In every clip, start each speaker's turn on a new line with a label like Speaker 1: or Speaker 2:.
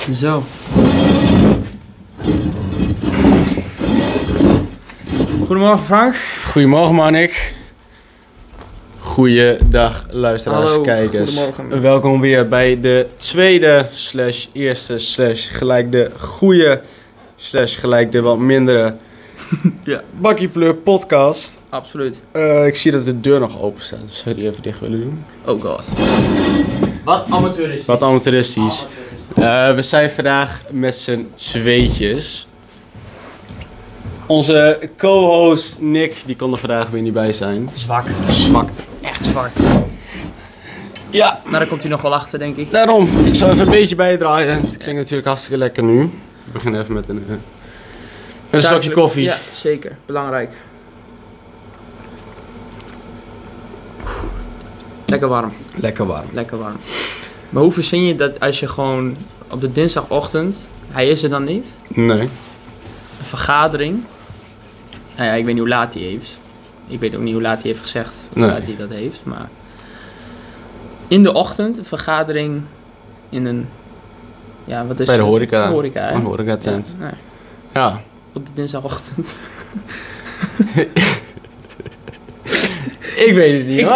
Speaker 1: Zo. Goedemorgen Frank.
Speaker 2: Goedemorgen Manik. Goeiedag luisteraars,
Speaker 1: Hallo,
Speaker 2: kijkers.
Speaker 1: goedemorgen.
Speaker 2: Welkom weer bij de tweede /eerste / gelijk de goede / gelijk de wat mindere
Speaker 1: Ja.
Speaker 2: Bakkiepleur podcast.
Speaker 1: Absoluut.
Speaker 2: Ik zie dat de deur nog open staat. Dus zou je die even dicht willen doen?
Speaker 1: Oh god. Wat amateuristisch.
Speaker 2: Wat amateuristisch. We zijn vandaag met z'n tweetjes. Onze co-host Nick, die kon er vandaag weer niet bij zijn.
Speaker 1: Zwak.
Speaker 2: Zwakte.
Speaker 1: Echt zwak.
Speaker 2: Ja,
Speaker 1: Maar daar komt hij nog wel achter, denk ik.
Speaker 2: daarom. Ik zal even een beetje bijdraaien. Het klinkt natuurlijk hartstikke lekker nu. We beginnen even met een slokje
Speaker 1: Zakelijk.
Speaker 2: koffie.
Speaker 1: Ja, zeker. Belangrijk. Lekker warm.
Speaker 2: Lekker warm.
Speaker 1: Lekker warm. Maar hoe verzin je dat als je gewoon op de dinsdagochtend, hij is er dan niet,
Speaker 2: Nee.
Speaker 1: een vergadering. Nou ja, ik weet niet hoe laat hij heeft. Ik weet ook niet hoe laat hij heeft gezegd hoe
Speaker 2: Nee.
Speaker 1: laat hij dat heeft. Maar in de ochtend een vergadering in een, ja, wat is
Speaker 2: Bij de
Speaker 1: het?
Speaker 2: horeca.
Speaker 1: Horeca, hè?
Speaker 2: Een horecatent.
Speaker 1: Ja, nee,
Speaker 2: Ja.
Speaker 1: op de dinsdagochtend.
Speaker 2: Ik weet het niet.
Speaker 1: Ik
Speaker 2: hoor.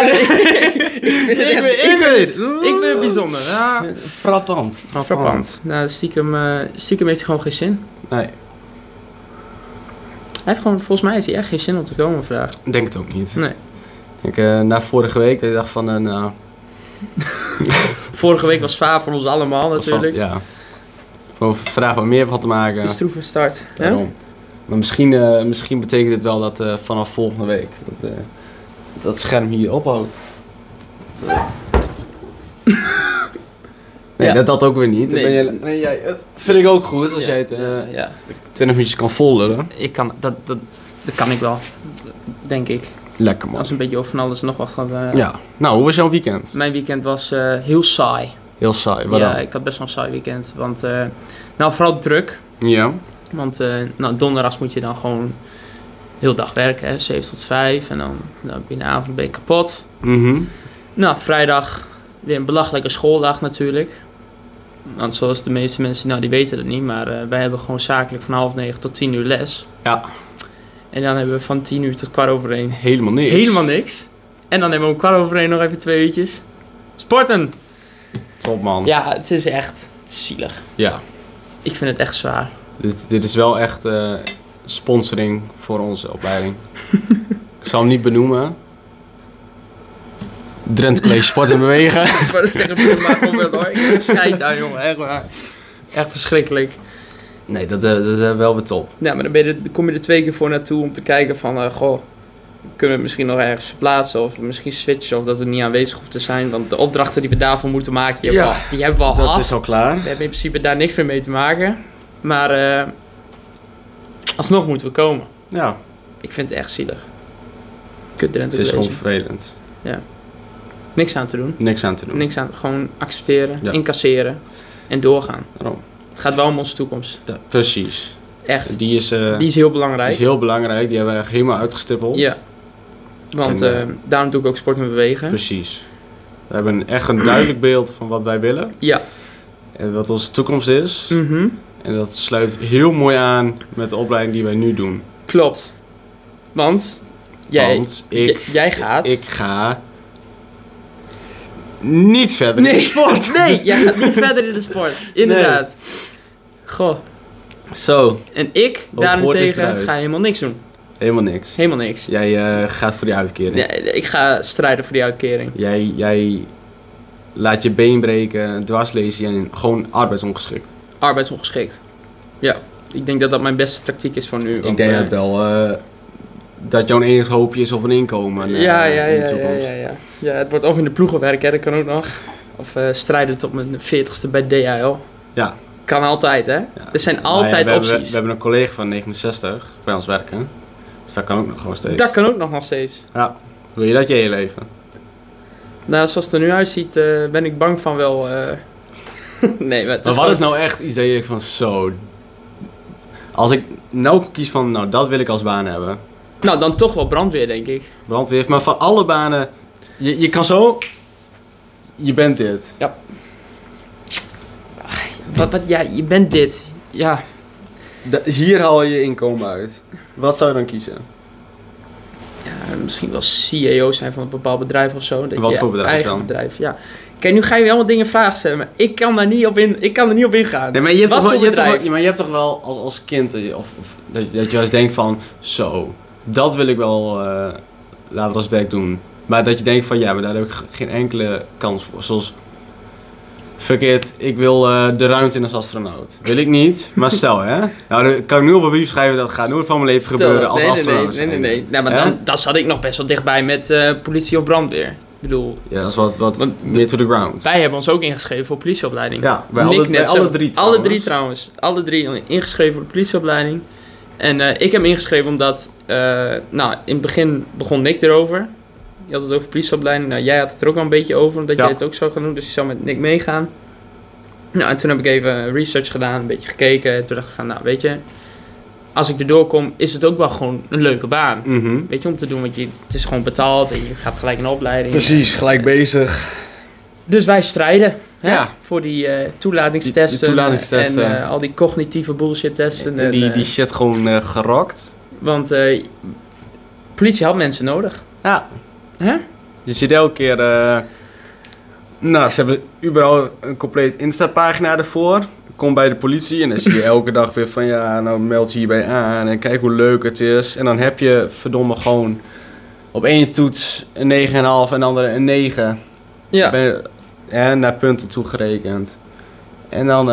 Speaker 1: Ik vind het bijzonder. Ja,
Speaker 2: Frappant.
Speaker 1: frappant. Nou, stiekem heeft hij gewoon geen zin.
Speaker 2: Nee,
Speaker 1: Hij heeft gewoon, volgens mij heeft hij echt geen zin om te komen vandaag.
Speaker 2: ik denk het ook niet.
Speaker 1: Nee.
Speaker 2: Na vorige week, ik dacht van, nou...
Speaker 1: Vorige week was zwaar voor ons allemaal natuurlijk.
Speaker 2: Ja. Gewoon vandaag wat meer van te maken.
Speaker 1: Het is troeve start. Hè?
Speaker 2: Daarom. Maar misschien betekent dit wel dat vanaf volgende week dat scherm hier ophoudt. Nee,
Speaker 1: Ja.
Speaker 2: dat ook weer niet.
Speaker 1: Nee.
Speaker 2: Dat vind ik ook goed als
Speaker 1: Ja.
Speaker 2: jij het
Speaker 1: Ja,
Speaker 2: 20 minuutjes kan vollullen.
Speaker 1: ik kan, dat kan ik wel. Denk ik.
Speaker 2: Lekker man.
Speaker 1: Als een beetje over van alles en nog wat van.
Speaker 2: Ja. Nou, hoe was jouw weekend?
Speaker 1: Mijn weekend was heel saai.
Speaker 2: Heel saai. Wat
Speaker 1: Ja,
Speaker 2: dan?
Speaker 1: ik had best wel een saai weekend. Want, nou, vooral druk.
Speaker 2: Ja.
Speaker 1: Want donderdags moet je dan gewoon heel dag werken, hè, 7 tot 5. En dan binnenavond ben je kapot.
Speaker 2: Mhm.
Speaker 1: Nou, vrijdag weer een belachelijke schooldag natuurlijk. Want zoals de meeste mensen, nou die weten het niet, maar wij hebben gewoon zakelijk van 8:30 tot 10 uur les.
Speaker 2: Ja.
Speaker 1: En dan hebben we van 10 uur tot 1:15
Speaker 2: Helemaal niks.
Speaker 1: helemaal niks. En dan hebben we om 1:15 nog even 2 uurtjes. Sporten!
Speaker 2: Top man.
Speaker 1: Ja, het is zielig.
Speaker 2: Ja.
Speaker 1: Ik vind het echt zwaar.
Speaker 2: Dit is wel echt sponsoring voor onze opleiding. Ik zal hem niet benoemen. Drenthe College Sport en Bewegen.
Speaker 1: Ik wou zeggen, maar gewoon wel hoor. Ik heb er scheid aan, jongen. Echt waar. Echt verschrikkelijk.
Speaker 2: Nee, dat is wel weer top.
Speaker 1: Ja, maar dan kom je er 2 keer voor naartoe om te kijken van, goh, kunnen we het misschien nog ergens verplaatsen of misschien switchen of dat we niet aanwezig hoeven te zijn. Want de opdrachten die we daarvoor moeten maken, die hebben we al
Speaker 2: Dat
Speaker 1: af.
Speaker 2: is al klaar.
Speaker 1: We hebben in principe daar niks meer mee te maken. Maar alsnog moeten we komen.
Speaker 2: Ja,
Speaker 1: Ik vind het echt zielig. Kut Drenthe
Speaker 2: het is
Speaker 1: College.
Speaker 2: gewoon vervelend.
Speaker 1: Niks aan te doen.
Speaker 2: Niks aan te doen.
Speaker 1: Niks aan, gewoon accepteren,
Speaker 2: Ja.
Speaker 1: incasseren en doorgaan.
Speaker 2: Daarom.
Speaker 1: Het gaat wel om onze toekomst.
Speaker 2: Ja, precies.
Speaker 1: Echt.
Speaker 2: Die is
Speaker 1: heel belangrijk.
Speaker 2: heel belangrijk. Die hebben we echt helemaal uitgestippeld.
Speaker 1: Ja. Want
Speaker 2: En,
Speaker 1: daarom doe ik ook sport met bewegen.
Speaker 2: Precies. We hebben echt een duidelijk beeld van wat wij willen.
Speaker 1: Ja.
Speaker 2: En wat onze toekomst is.
Speaker 1: Mhm.
Speaker 2: En dat sluit heel mooi aan met de opleiding die wij nu doen.
Speaker 1: Klopt. Want jij gaat...
Speaker 2: Ik ga niet verder in de sport.
Speaker 1: Nee, jij gaat niet verder in de sport. Inderdaad. Goh.
Speaker 2: Zo,
Speaker 1: En ik,
Speaker 2: Hoog woord is
Speaker 1: daarentegen,
Speaker 2: eruit.
Speaker 1: ga helemaal niks doen.
Speaker 2: helemaal niks.
Speaker 1: Helemaal niks.
Speaker 2: Jij gaat voor die uitkering.
Speaker 1: Ja, ik ga strijden voor die uitkering.
Speaker 2: Jij laat je been breken, dwarslezen en gewoon arbeidsongeschikt.
Speaker 1: Arbeidsongeschikt. Ja. Ik denk dat dat mijn beste tactiek is voor nu.
Speaker 2: Ik
Speaker 1: want,
Speaker 2: denk dat wel dat jouw enige hoopje is op een inkomen in de toekomst.
Speaker 1: Ja, het wordt of in de ploegen werken, hè, dat kan ook nog. Of strijden tot mijn 40ste bij DHL.
Speaker 2: Ja.
Speaker 1: Kan altijd, hè?
Speaker 2: Ja.
Speaker 1: Er zijn
Speaker 2: Nou ja,
Speaker 1: altijd
Speaker 2: we
Speaker 1: opties.
Speaker 2: we hebben een collega van 69 bij ons werken. Dus dat kan ook nog gewoon steeds.
Speaker 1: Dat kan ook nog steeds.
Speaker 2: Ja. Wil je dat je hele leven?
Speaker 1: Nou, zoals het er nu uitziet, ben ik bang van wel... nee, maar het
Speaker 2: Maar
Speaker 1: is
Speaker 2: wat is
Speaker 1: gewoon-
Speaker 2: nou echt iets dat je van zo... Als ik nou kies van, nou dat wil ik als baan hebben.
Speaker 1: Nou, dan toch wel brandweer, denk ik.
Speaker 2: Brandweer, maar van alle banen... Je kan zo... Je bent dit.
Speaker 1: Ja, je bent dit. Ja.
Speaker 2: Hier haal je je inkomen uit. Wat zou je dan kiezen?
Speaker 1: Ja, misschien wel CEO zijn van een bepaald bedrijf of zo. Dat
Speaker 2: Wat
Speaker 1: je
Speaker 2: voor bedrijf
Speaker 1: eigen
Speaker 2: dan?
Speaker 1: Bedrijf, ja. Kijk, nu ga je weer allemaal dingen vragen stellen, maar ik kan daar niet op ingaan.
Speaker 2: Nee, maar je hebt,
Speaker 1: Wat
Speaker 2: toch
Speaker 1: voor
Speaker 2: wel,
Speaker 1: bedrijf?
Speaker 2: maar je hebt toch wel als kind, of dat je wel eens denkt van, zo, dat wil ik wel later als werk doen. Maar dat je denkt van, ja, maar daar heb ik geen enkele kans voor. Zoals, fuck it, ik wil de ruimte in als astronaut. Wil ik niet, maar stel hè. Nou, dan kan ik nu op een brief schrijven, dat gaat nooit van mijn leven gebeuren als astronaut zijn.
Speaker 1: Nee. Nou, maar dan zat ik nog best wel dichtbij met politie of brandweer. Ik bedoel...
Speaker 2: Ja, dat is wat meer to the ground.
Speaker 1: Wij hebben ons ook ingeschreven voor politieopleiding.
Speaker 2: Ja, bij
Speaker 1: Nick
Speaker 2: alle drie trouwens.
Speaker 1: Alle drie trouwens. Alle drie ingeschreven voor de politieopleiding. En ik heb me ingeschreven omdat... in het begin begon Nick erover. Je had het over politieopleiding. Nou, jij had het er ook wel een beetje over, omdat jij het ook zou gaan doen. Dus je zou met Nick meegaan. Nou, en toen heb ik even research gedaan, een beetje gekeken. En toen dacht ik van, nou, weet je... Als ik erdoor kom, is het ook wel gewoon een leuke baan.
Speaker 2: Mhm.
Speaker 1: Weet je, om te doen. Want het is gewoon betaald en je gaat gelijk in de opleiding.
Speaker 2: Precies, gelijk bezig.
Speaker 1: Dus wij strijden
Speaker 2: Ja.
Speaker 1: voor die toelatingstesten.
Speaker 2: Die toelatingstesten.
Speaker 1: En al die cognitieve bullshit testen.
Speaker 2: En die shit gewoon gerokt.
Speaker 1: Want politie had mensen nodig.
Speaker 2: Ja.
Speaker 1: Hè?
Speaker 2: Je ziet elke keer... ze hebben überhaupt een compleet Insta-pagina ervoor. Kom bij de politie en dan zie je elke dag weer van... Ja, nou meld je hierbij aan en kijk hoe leuk het is. En dan heb je verdomme gewoon op één toets een 9,5 en de andere een 9.
Speaker 1: Ja.
Speaker 2: En naar punten toegerekend. En dan...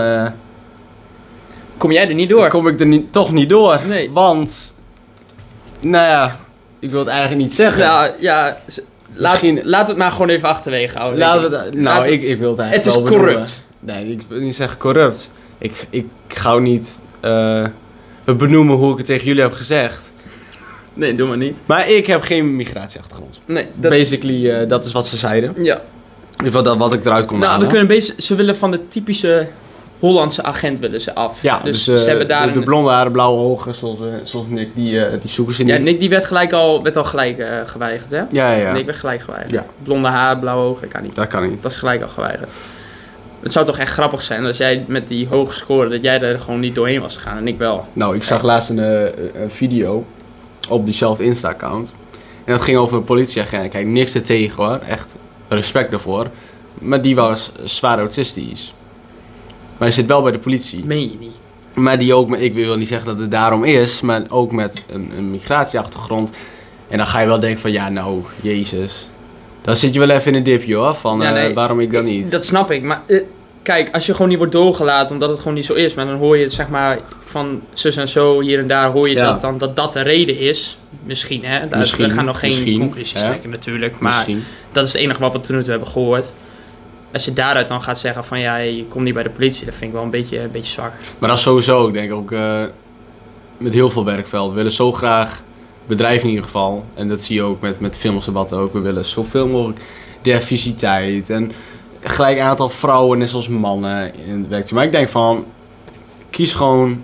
Speaker 1: Kom jij er niet door?
Speaker 2: kom ik er toch niet door.
Speaker 1: Nee.
Speaker 2: Want... Nou ja, ik wil het eigenlijk niet zeggen.
Speaker 1: Nou, ja...
Speaker 2: Misschien-
Speaker 1: Laten we het maar gewoon even achterwege houden.
Speaker 2: Ik wil het eigenlijk
Speaker 1: Het is
Speaker 2: wel benoemen.
Speaker 1: corrupt.
Speaker 2: Nee, ik wil niet zeggen corrupt. Ik ga ook niet benoemen hoe ik het tegen jullie heb gezegd.
Speaker 1: Nee, doe maar niet.
Speaker 2: Maar ik heb geen migratieachtergrond.
Speaker 1: Nee,
Speaker 2: Basically, dat is wat ze zeiden.
Speaker 1: Ja.
Speaker 2: Wat ik eruit kon
Speaker 1: Nou,
Speaker 2: halen.
Speaker 1: we kunnen ze willen van de typische Hollandse agent willen ze af.
Speaker 2: Ja, dus
Speaker 1: ze hebben daar
Speaker 2: de blonde haren, blauwe ogen, zoals Nick, die zoeken ze niet.
Speaker 1: Ja, Nick die werd al gelijk geweigerd, hè?
Speaker 2: Ja.
Speaker 1: Nick werd gelijk geweigerd.
Speaker 2: Ja.
Speaker 1: Blonde haar, blauwe ogen, kan niet.
Speaker 2: Dat kan niet.
Speaker 1: Dat is gelijk al geweigerd. Het zou toch echt grappig zijn als jij met die hoge score, dat jij er gewoon niet doorheen was gegaan en ik wel.
Speaker 2: Nou, ik zag laatst een video op diezelfde Insta-account. En dat ging over een politieagent. Kijk, niks er tegen hoor. Echt respect daarvoor. Maar die was zwaar autistisch. Maar hij zit wel bij de politie.
Speaker 1: Meen je niet?
Speaker 2: Maar die ook, ik wil niet zeggen dat het daarom is, maar ook met een migratieachtergrond. En dan ga je wel denken van, ja nou, jezus. Dan zit je wel even in een dipje hoor, van
Speaker 1: Ja, nee,
Speaker 2: waarom ik dan niet.
Speaker 1: Dat snap ik, maar kijk, als je gewoon niet wordt doorgelaten omdat het gewoon niet zo is, maar dan hoor je het zeg maar van zus en zo, hier en daar hoor je
Speaker 2: Ja.
Speaker 1: dat dan, dat de reden is. Misschien hè, we gaan nog geen conclusies trekken natuurlijk, maar
Speaker 2: Misschien.
Speaker 1: dat is het enige wat we tot nu toe hebben gehoord. Als je daaruit dan gaat zeggen van ja, je komt niet bij de politie, dat vind ik wel een beetje zwak.
Speaker 2: Maar dat is sowieso, ik denk ook met heel veel werkvelden. We willen zo graag, bedrijven in ieder geval, en dat zie je ook met filmsdebatten ook, we willen zoveel mogelijk diversiteit en gelijk aantal vrouwen net zoals mannen in het werk. Maar ik denk van, kies gewoon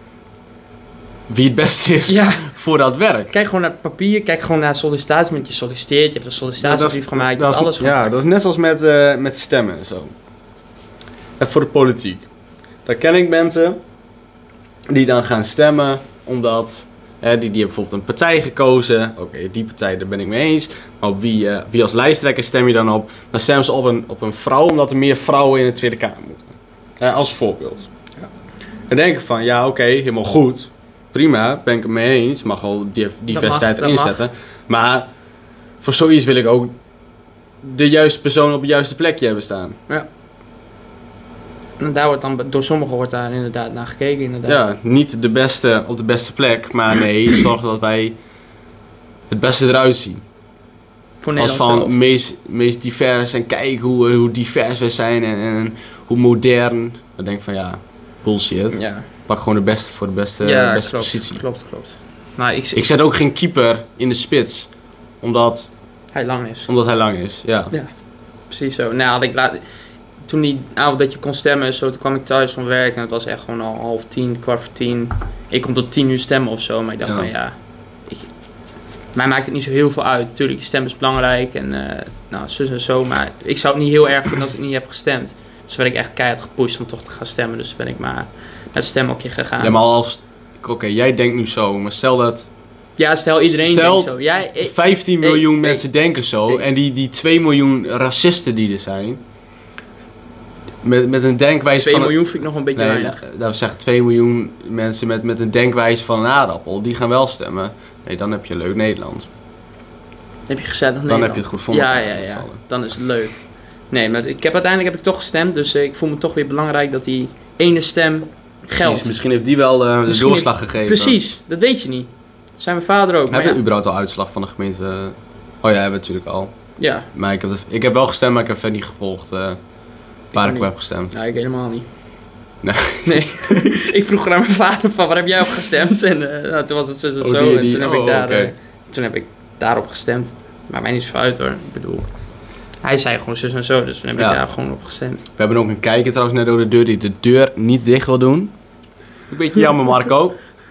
Speaker 2: wie het beste is voor dat werk.
Speaker 1: Kijk gewoon naar het papier, kijk gewoon naar het sollicitatie, want je solliciteert, je hebt een sollicitatiebrief gemaakt, je hebt alles
Speaker 2: ja, dat is net zoals met stemmen en zo. En voor de politiek. Daar ken ik mensen die dan gaan stemmen omdat die hebben bijvoorbeeld een partij gekozen. Oké, die partij, daar ben ik mee eens. Maar op wie als lijsttrekker stem je dan op? Dan stemmen ze op een vrouw omdat er meer vrouwen in de Tweede Kamer moeten. Als voorbeeld.
Speaker 1: Ja.
Speaker 2: Dan denk ik van, ja oké, helemaal goed. Prima, ben ik het mee eens. Mag wel diversiteit erin zetten. Maar voor zoiets wil ik ook de juiste persoon op het juiste plekje hebben staan.
Speaker 1: Ja. En daar wordt dan, door sommigen wordt daar inderdaad naar gekeken inderdaad.
Speaker 2: Ja, niet de beste op de beste plek, maar nee, zorgen dat wij het beste eruit zien.
Speaker 1: Voor
Speaker 2: Als
Speaker 1: Nederland
Speaker 2: van meest divers en kijk hoe divers we zijn en hoe modern. Dan denk ik van ja, bullshit.
Speaker 1: zelf. Ja,
Speaker 2: Pak gewoon de beste voor de beste
Speaker 1: klopt,
Speaker 2: positie.
Speaker 1: klopt. Nou,
Speaker 2: Ik zet ook geen keeper in de spits, omdat
Speaker 1: hij lang is.
Speaker 2: hij lang is. Ja.
Speaker 1: Precies zo. Nou, toen die avond dat je kon stemmen, zo, toen kwam ik thuis van werk en het was echt gewoon al 9:30, 9:15. Ik kon tot 10 uur stemmen of zo, maar ik dacht van mij maakt het niet zo heel veel uit. Tuurlijk, je stem is belangrijk en zus en zo, maar ik zou het niet heel erg vinden als ik niet heb gestemd. Dus werd ik echt keihard gepusht om toch te gaan stemmen. Dus ben ik maar naar het stemhokje gegaan.
Speaker 2: Ja, maar als... Oké, jij denkt nu zo, maar stel dat...
Speaker 1: Ja, stel iedereen denkt zo.
Speaker 2: 15 miljoen mensen denken zo. En die 2 miljoen racisten die er zijn... Met een denkwijze
Speaker 1: 2
Speaker 2: van...
Speaker 1: miljoen vind ik nog een beetje weinig.
Speaker 2: Dat we zeggen 2 miljoen mensen met een denkwijze van een aardappel. Die gaan wel stemmen. Nee, dan heb je een leuk Nederland.
Speaker 1: Heb je gezellig Nederland.
Speaker 2: Dan heb je het goed voor elkaar.
Speaker 1: Ja. Dan is het leuk. Nee, maar uiteindelijk heb ik toch gestemd. Dus ik voel me toch weer belangrijk dat die ene stem geldt.
Speaker 2: Precies, misschien heeft die wel de doorslag gegeven.
Speaker 1: Precies, dat weet je niet. Dat zei mijn vader ook.
Speaker 2: Hebben we überhaupt al uitslag van de gemeente? Oh ja, hebben we natuurlijk al.
Speaker 1: Ja.
Speaker 2: Maar ik heb wel gestemd, maar ik heb verder niet gevolgd waar ik op heb gestemd.
Speaker 1: Nee, ik helemaal niet.
Speaker 2: Nee.
Speaker 1: Ik vroeg aan mijn vader van, waar heb jij op gestemd? En toen was het zo. En toen heb ik daarop gestemd. Maar mij niet zo uit hoor. Ik bedoel, hij zei gewoon zus en zo. Dus toen heb ik daar gewoon op gestemd.
Speaker 2: We hebben ook een kijker trouwens net door de deur die de deur niet dicht wil doen. Een beetje jammer, Marco.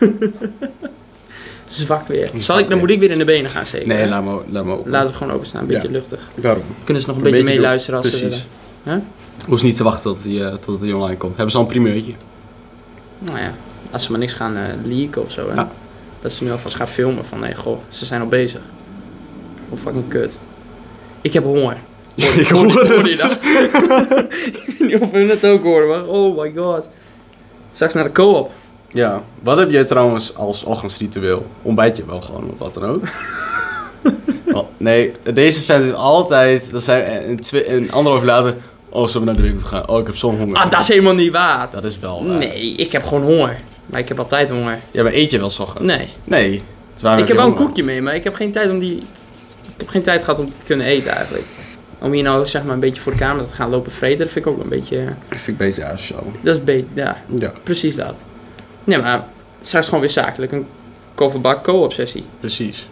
Speaker 1: Zwak weer. Dan moet ik weer in de benen gaan zeker?
Speaker 2: Nee, laat me open.
Speaker 1: Laten we gewoon openstaan. Een beetje luchtig.
Speaker 2: Daarom.
Speaker 1: Kunnen ze nog een beetje meeluisteren als ze willen. Huh?
Speaker 2: Hoef ze niet te wachten tot het online komt. Hebben ze al een primeurtje?
Speaker 1: Nou ja, als ze maar niks gaan leaken of zo. Hè?
Speaker 2: Ja.
Speaker 1: Dat ze nu alvast gaan filmen van, nee, goh, ze zijn al bezig. Hoe fucking kut. Ik heb honger.
Speaker 2: Ik hoor
Speaker 1: die dag. Ik weet niet of hun het ook horen, maar oh my god. Straks naar de co-op.
Speaker 2: Ja, wat heb jij trouwens als ochtendritueel? Ontbijt je wel gewoon of wat dan ook? Nee, deze vent heeft altijd, dat zijn een anderhalf uur later, zullen we naar de winkel gaan? Oh, ik heb zo'n honger.
Speaker 1: Dat is helemaal niet waar.
Speaker 2: Dat is wel waar.
Speaker 1: Nee, ik heb gewoon honger. Maar ik heb altijd honger.
Speaker 2: Ja, maar eet je wel 's ochtends?
Speaker 1: Nee.
Speaker 2: Ik
Speaker 1: heb wel een koekje mee, maar ik heb geen tijd ik heb geen tijd gehad om te kunnen eten eigenlijk. Om hier nou zeg maar een beetje voor de kamer te gaan lopen vreten, dat vind ik ook een beetje...
Speaker 2: Dat vind ik beter als zo.
Speaker 1: Dat is beter, ja. Precies dat. Nee, maar straks gewoon weer zakelijk. Een kofferbak co-op sessie.
Speaker 2: Precies.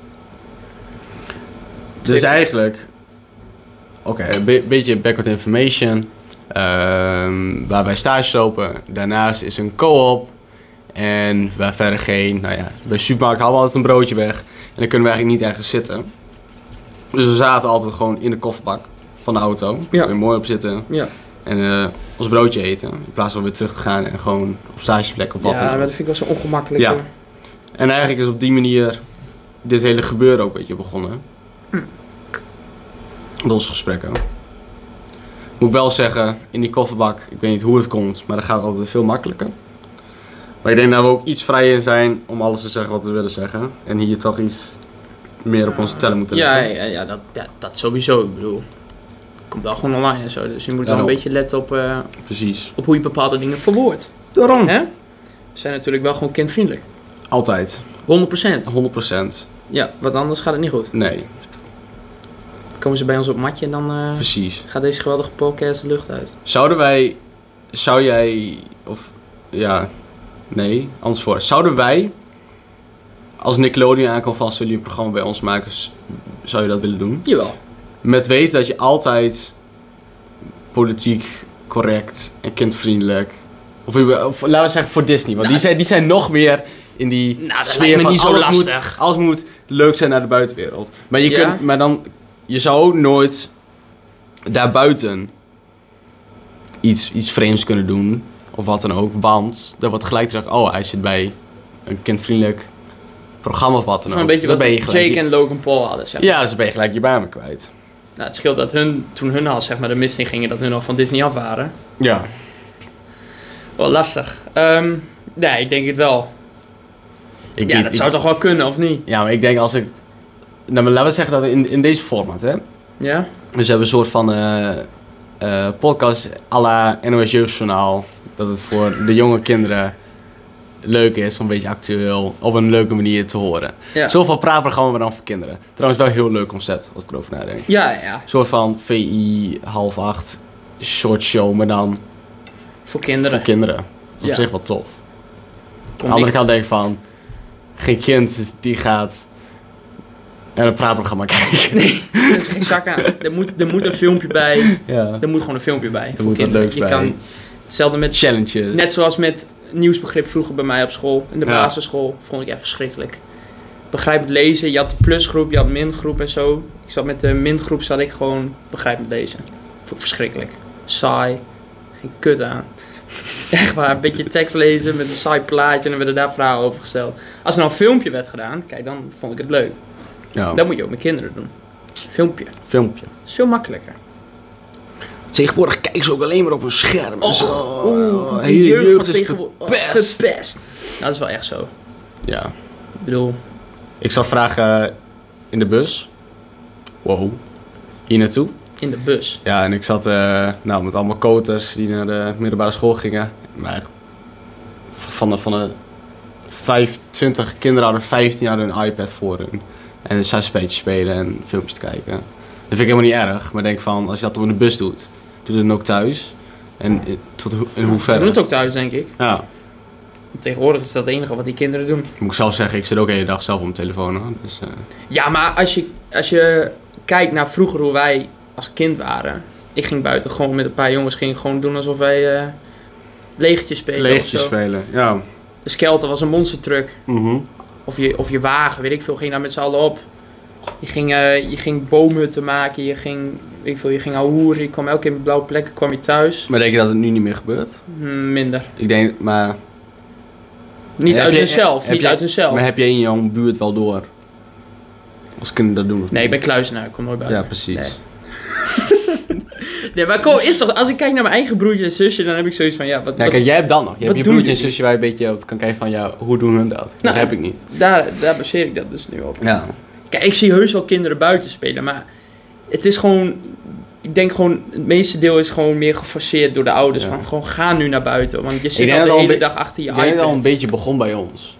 Speaker 2: Dus eigenlijk... Oké, een beetje backward information. Waar wij stage lopen. Daarnaast is een co-op. En waar verder geen... Nou ja, bij supermarkt halen we altijd een broodje weg. En dan kunnen we eigenlijk niet ergens zitten. Dus we zaten altijd gewoon in de kofferbak van de auto.
Speaker 1: Ja.
Speaker 2: Er mooi op zitten. Ja. En ons broodje eten. In plaats van weer terug te gaan en gewoon op stageplek of wat.
Speaker 1: Ja, maar dat vind ik wel zo ongemakkelijk.
Speaker 2: Ja. En eigenlijk is op die manier dit hele gebeuren ook een beetje begonnen. Met onze gesprekken. Moet ik wel zeggen, in die kofferbak, ik weet niet hoe het komt, maar dat gaat altijd veel makkelijker. Maar ik denk dat we ook iets vrijer zijn om alles te zeggen wat we willen zeggen. En hier toch iets meer op onze tellen moeten leggen.
Speaker 1: Ja, dat sowieso. Ik bedoel, het komt wel gewoon online en zo. Dus je moet wel een beetje letten op,
Speaker 2: precies.
Speaker 1: Op hoe je bepaalde dingen verwoordt.
Speaker 2: Daarom.
Speaker 1: Hè? We zijn natuurlijk wel gewoon kindvriendelijk.
Speaker 2: Altijd.
Speaker 1: 100%.
Speaker 2: 100%.
Speaker 1: Ja, want anders gaat het niet goed.
Speaker 2: Nee.
Speaker 1: Komen ze bij ons op het matje en dan
Speaker 2: precies.
Speaker 1: Gaat deze geweldige podcast de lucht uit.
Speaker 2: Zouden wij, als Nickelodeon aankomt van, zullen jullie een programma bij ons maken, zou je dat willen doen?
Speaker 1: Jawel.
Speaker 2: Met weten dat je altijd politiek correct en kindvriendelijk, of laten we zeggen voor Disney, want die zijn nog meer in die sfeer van
Speaker 1: niet zo lastig.
Speaker 2: Alles moet leuk zijn naar de buitenwereld. Maar je zou ook nooit daarbuiten iets vreemds kunnen doen. Of wat dan ook. Want er wordt gelijk gezegd, hij zit bij een kindvriendelijk programma of wat dan ook.
Speaker 1: Een beetje wat Jake en Logan Paul hadden, zeg maar.
Speaker 2: Ja, dus dan ben je gelijk je baan mee kwijt.
Speaker 1: Nou, het scheelt dat toen hun al zeg maar de mist in gingen, dat hun al van Disney af waren.
Speaker 2: Ja.
Speaker 1: Wel lastig. Nee, ik denk het wel. Dat zou toch wel kunnen, of niet?
Speaker 2: Ja, maar ik denk als ik... Nou, maar laten we zeggen dat we in deze format, hè.
Speaker 1: Ja?
Speaker 2: Dus we hebben een soort van podcast à la NOS Jeugdjournaal. Dat het voor de jonge kinderen leuk is om een beetje actueel op een leuke manier te horen.
Speaker 1: Ja.
Speaker 2: Zoveel praatprogramma, maar dan voor kinderen. Trouwens wel een heel leuk concept, als ik erover nadenk.
Speaker 1: Ja.
Speaker 2: Een soort van VI, 7:30, short show, maar dan...
Speaker 1: Voor kinderen.
Speaker 2: Dat is op zich wel tof. Aan de andere kant denk ik van... Geen kind die gaat... En een praatprogramma kijken.
Speaker 1: Nee, dat is geen zak aan. Er moet een filmpje bij.
Speaker 2: Ja.
Speaker 1: Er moet gewoon een filmpje bij.
Speaker 2: Er moet wat leuks bij.
Speaker 1: Kan hetzelfde met...
Speaker 2: Challenges.
Speaker 1: Net zoals met nieuwsbegrip vroeger bij mij op school. In de basisschool. Vond ik echt verschrikkelijk. Begrijpend lezen. Je had de plusgroep, je had mingroep en zo. Ik zat met de mingroep, zat ik gewoon begrijpend lezen. Vond ik verschrikkelijk. Saai. geen kut aan. Echt waar, een beetje tekst lezen met een saai plaatje en dan werden daar vragen over gesteld. Als er nou een filmpje werd gedaan, kijk, dan vond ik het leuk.
Speaker 2: Ja.
Speaker 1: Dat moet je ook met kinderen doen. Filmpje. Dat is veel makkelijker.
Speaker 2: Tegenwoordig kijken ze ook alleen maar op een scherm.
Speaker 1: Hele jeugd is verpest. Nou, dat is wel echt zo.
Speaker 2: Ja.
Speaker 1: Ik bedoel...
Speaker 2: Ik zat vragen in de bus. Wow. Hier naartoe.
Speaker 1: In de bus?
Speaker 2: Ja, en ik zat met allemaal koters die naar de middelbare school gingen. Maar van de 20 kinderen hadden 15 hadden een iPad voor hun. En dus zijn spelletjes spelen en filmpjes te kijken. Dat vind ik helemaal niet erg. Maar denk van, als je dat dan in de bus doet, doe het dan ook thuis. En in hoeverre?
Speaker 1: Doe het ook thuis, denk ik.
Speaker 2: Ja.
Speaker 1: Tegenwoordig is dat het enige wat die kinderen doen.
Speaker 2: Ik moet zelf zeggen, ik zit ook de hele dag zelf op mijn telefoon aan. Dus,
Speaker 1: Ja, maar als je kijkt naar vroeger hoe wij als kind waren. Ik ging buiten gewoon met een paar jongens gewoon doen alsof wij legertjes spelen.
Speaker 2: Legertjes spelen, ja.
Speaker 1: De Skelter was een monstertruck.
Speaker 2: Mm-hmm.
Speaker 1: Of je wagen, weet ik veel, ging daar met z'n allen op. Je ging boomhutten maken, je ging ahoeren, je kwam elke keer met blauwe plekken, kwam je thuis.
Speaker 2: Maar denk je dat het nu niet meer gebeurt?
Speaker 1: Minder.
Speaker 2: Ik denk, maar...
Speaker 1: Niet uit hunzelf.
Speaker 2: Maar heb je in jouw buurt wel door? Als kinderen dat doen? Of
Speaker 1: nee, ik ben kluizenaar, ik kom nooit buiten.
Speaker 2: Ja, precies.
Speaker 1: Nee, maar kom, is toch, als ik kijk naar mijn eigen broertje en zusje, dan heb ik zoiets van, ja, wat...
Speaker 2: Ja, kijk, jij hebt dan nog. Je hebt je broertje en
Speaker 1: die?
Speaker 2: zusje waar je een beetje op kan kijken van, ja, hoe doen hun dat? Dat heb ik niet.
Speaker 1: Daar baseer ik dat dus nu op.
Speaker 2: Ja.
Speaker 1: Kijk, ik zie heus wel kinderen buiten spelen, maar het is gewoon... Ik denk gewoon, het meeste deel is gewoon meer geforceerd door de ouders. Ja. Van gewoon, ga nu naar buiten, want je zit al de hele dag achter je iPad.
Speaker 2: Ik denk dat het al een beetje begon bij ons.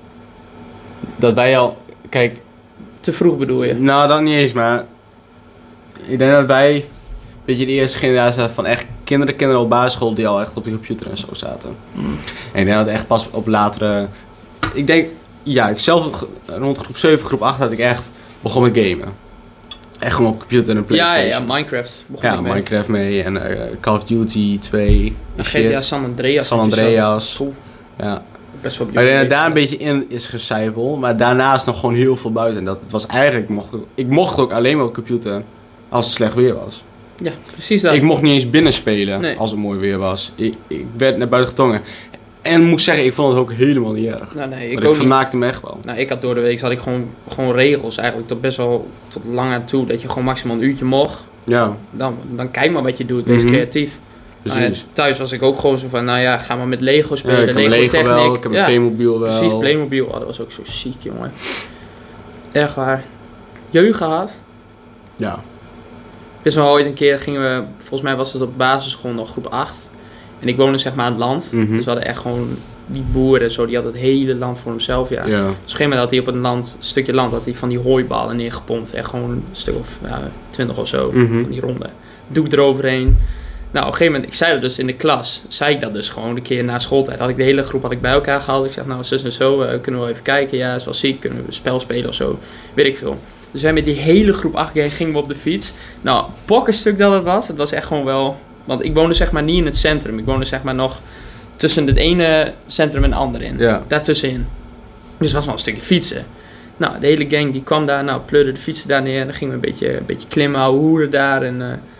Speaker 2: Dat wij al, kijk...
Speaker 1: Te vroeg bedoel je?
Speaker 2: Nou, dat niet eens, maar... Ik denk dat wij een beetje de eerste generatie zijn van echt kinderen op basisschool die al echt op de computer en zo zaten. En ik denk dat echt pas op latere... Ik denk, ja, ik zelf rond groep 7, groep 8 dat ik echt begon met gamen. Echt gewoon op computer en PlayStation.
Speaker 1: Ja, Minecraft begon ik mee.
Speaker 2: Minecraft mee en Call of Duty 2.
Speaker 1: GTA San Andreas.
Speaker 2: San Andreas.
Speaker 1: Cool.
Speaker 2: Ja.
Speaker 1: Best wel
Speaker 2: maar ik denk dat daar een beetje in is gecijpeld, maar daarnaast nog gewoon heel veel buiten. En dat was eigenlijk, ik mocht ook alleen maar op computer als het slecht weer was.
Speaker 1: Ja, precies dat.
Speaker 2: Ik mocht niet eens binnen spelen als het mooi weer was. Ik werd naar buiten gedwongen. En moet zeggen, ik vond het ook helemaal niet erg.
Speaker 1: Nou, nee,
Speaker 2: ik vermaakte me echt wel.
Speaker 1: Nou, ik had door de week had ik gewoon regels eigenlijk tot best wel tot lang aan toe. Dat je gewoon maximaal een uurtje mocht.
Speaker 2: Ja.
Speaker 1: Dan kijk maar wat je doet, wees creatief.
Speaker 2: Precies.
Speaker 1: Thuis was ik ook gewoon zo van, nou ja, ga maar met Lego spelen.
Speaker 2: Ja, ik heb Lego techniek. Wel, ik heb een Playmobil wel.
Speaker 1: Precies, Playmobil. Oh, dat was ook zo ziek, jongen. Echt waar. Jeugd gehad.
Speaker 2: Ja.
Speaker 1: Best wel ooit een keer gingen we, volgens mij was het op basisschool nog groep 8. En ik woonde zeg maar aan het land. Dus we hadden echt gewoon die boeren en zo, die hadden het hele land voor hemzelf. Ja. Dus op een gegeven moment had hij op een stukje land had hij van die hooiballen neergepompt. Echt gewoon een stuk of 20 of zo van die ronde. Doe ik eroverheen. Nou, op een gegeven moment, ik zei dat dus in de klas, zei ik dat dus gewoon een keer na schooltijd. Had ik de hele groep bij elkaar gehaald. Ik zeg, nou zus en zo, kunnen we wel even kijken. Ja, is wel ziek, kunnen we een spel spelen of zo. Weet ik veel. Dus wij met die hele groep 8 gingen we op de fiets. Nou, pokkenstuk dat het was. Het was echt gewoon wel... Want ik woonde zeg maar niet in het centrum. Ik woonde zeg maar nog tussen het ene centrum en het andere in. Ja. Daartussenin. Dus het was wel een stukje fietsen. Nou, de hele gang die kwam daar. Nou, pleurde de fietsen daar neer. Dan gingen we een beetje klimmen, ouwe hoeren daar. En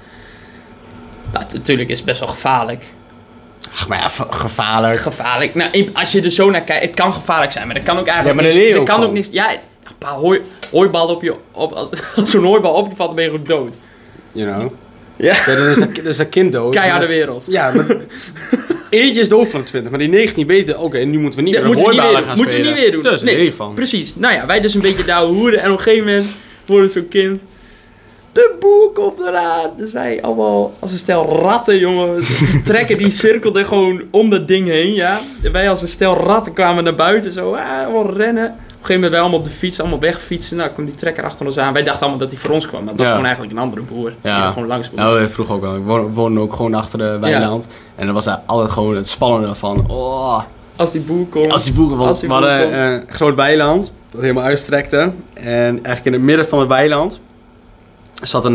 Speaker 1: natuurlijk is het best wel gevaarlijk.
Speaker 2: Ach, maar ja, gevaarlijk.
Speaker 1: Gevaarlijk. Nou, als je er zo naar kijkt, het kan gevaarlijk zijn, maar dat kan ook eigenlijk
Speaker 2: niks.
Speaker 1: Er kan ook niks. Ja, een paar hooiballen als zo'n hooibal op je valt, dan ben je gewoon dood.
Speaker 2: You know. Ja. Dat is dat kind dood.
Speaker 1: Keiharde wereld.
Speaker 2: Ja, maar... Eentje is dood van 20, maar die 19 weten, oké, nu moeten we niet meer hooiballen gaan spelen.
Speaker 1: Moeten we niet weer doen.
Speaker 2: Dat is
Speaker 1: nee,
Speaker 2: van.
Speaker 1: Precies. Nou ja, wij dus een beetje daar hoeren en op een gegeven moment wordt zo'n kind... De boer komt eraan. Dus wij allemaal als een stel ratten, jongen. Trekken die cirkel er gewoon om dat ding heen, ja. En wij als een stel ratten kwamen naar buiten, zo. Allemaal rennen. Op een gegeven moment wij allemaal op de fiets, allemaal wegfietsen. Nou, kwam die trekker achter ons aan. Wij dachten allemaal dat hij voor ons kwam. Maar dat was gewoon eigenlijk een andere boer.
Speaker 2: Ja.
Speaker 1: Die gewoon langs moest.
Speaker 2: Nou, vroeg ook wel. Ik woonde ook gewoon achter de weiland. Ja. En dat was altijd gewoon het spannende van... Oh,
Speaker 1: als die boer komt.
Speaker 2: We hadden een groot weiland. Dat helemaal uitstrekte. En eigenlijk in het midden van het weiland... zat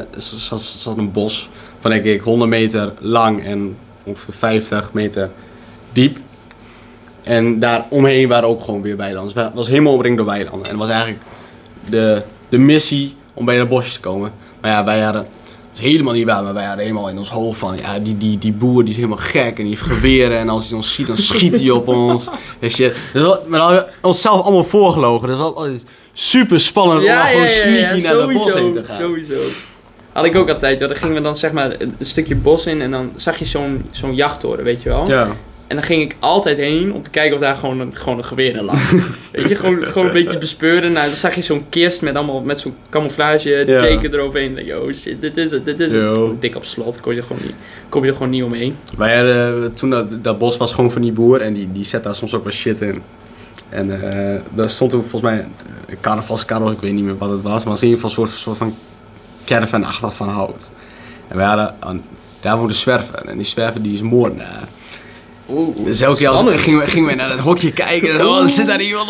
Speaker 2: een bos van denk ik 100 meter lang en ongeveer 50 meter diep. En daar omheen waren ook gewoon weer weilanden. Dus het was helemaal omringd door weilanden. En het was eigenlijk de missie om bij dat bosje te komen. Maar ja, wij hadden is helemaal niet waar, maar wij hadden helemaal in ons hoofd van, ja, die boer die is helemaal gek en die heeft geweren en als hij ons ziet, dan schiet hij op ons. En shit. Dus maar dan hadden we onszelf allemaal voorgelogen. Dat was altijd super spannend om dan gewoon sneaky naar de bos heen te gaan.
Speaker 1: Sowieso. Had ik ook altijd, dan gingen we dan zeg maar een stukje bos in en dan zag je zo'n jachttoren, weet je wel.
Speaker 2: Ja.
Speaker 1: En dan ging ik altijd heen om te kijken of daar gewoon een geweer in lag. Weet je, gewoon een beetje bespeuren. Nou, dan zag je zo'n kist met zo'n camouflage teken eroverheen. Dan denk je, oh shit, dit is het. Dik op slot, kom je er gewoon niet omheen.
Speaker 2: Wij hadden, toen dat bos was gewoon van die boer en die zet daar soms ook wel shit in. En daar stond toen volgens mij een carnavalskarrel, ik weet niet meer wat het was. Maar het was in ieder geval een soort van caravan-achtig van hout. En wij hadden, daar woonde Zwerver. En die Zwerver die is moordenaar. Dus elke keer gingen we naar dat hokje kijken. Er zit daar iemand.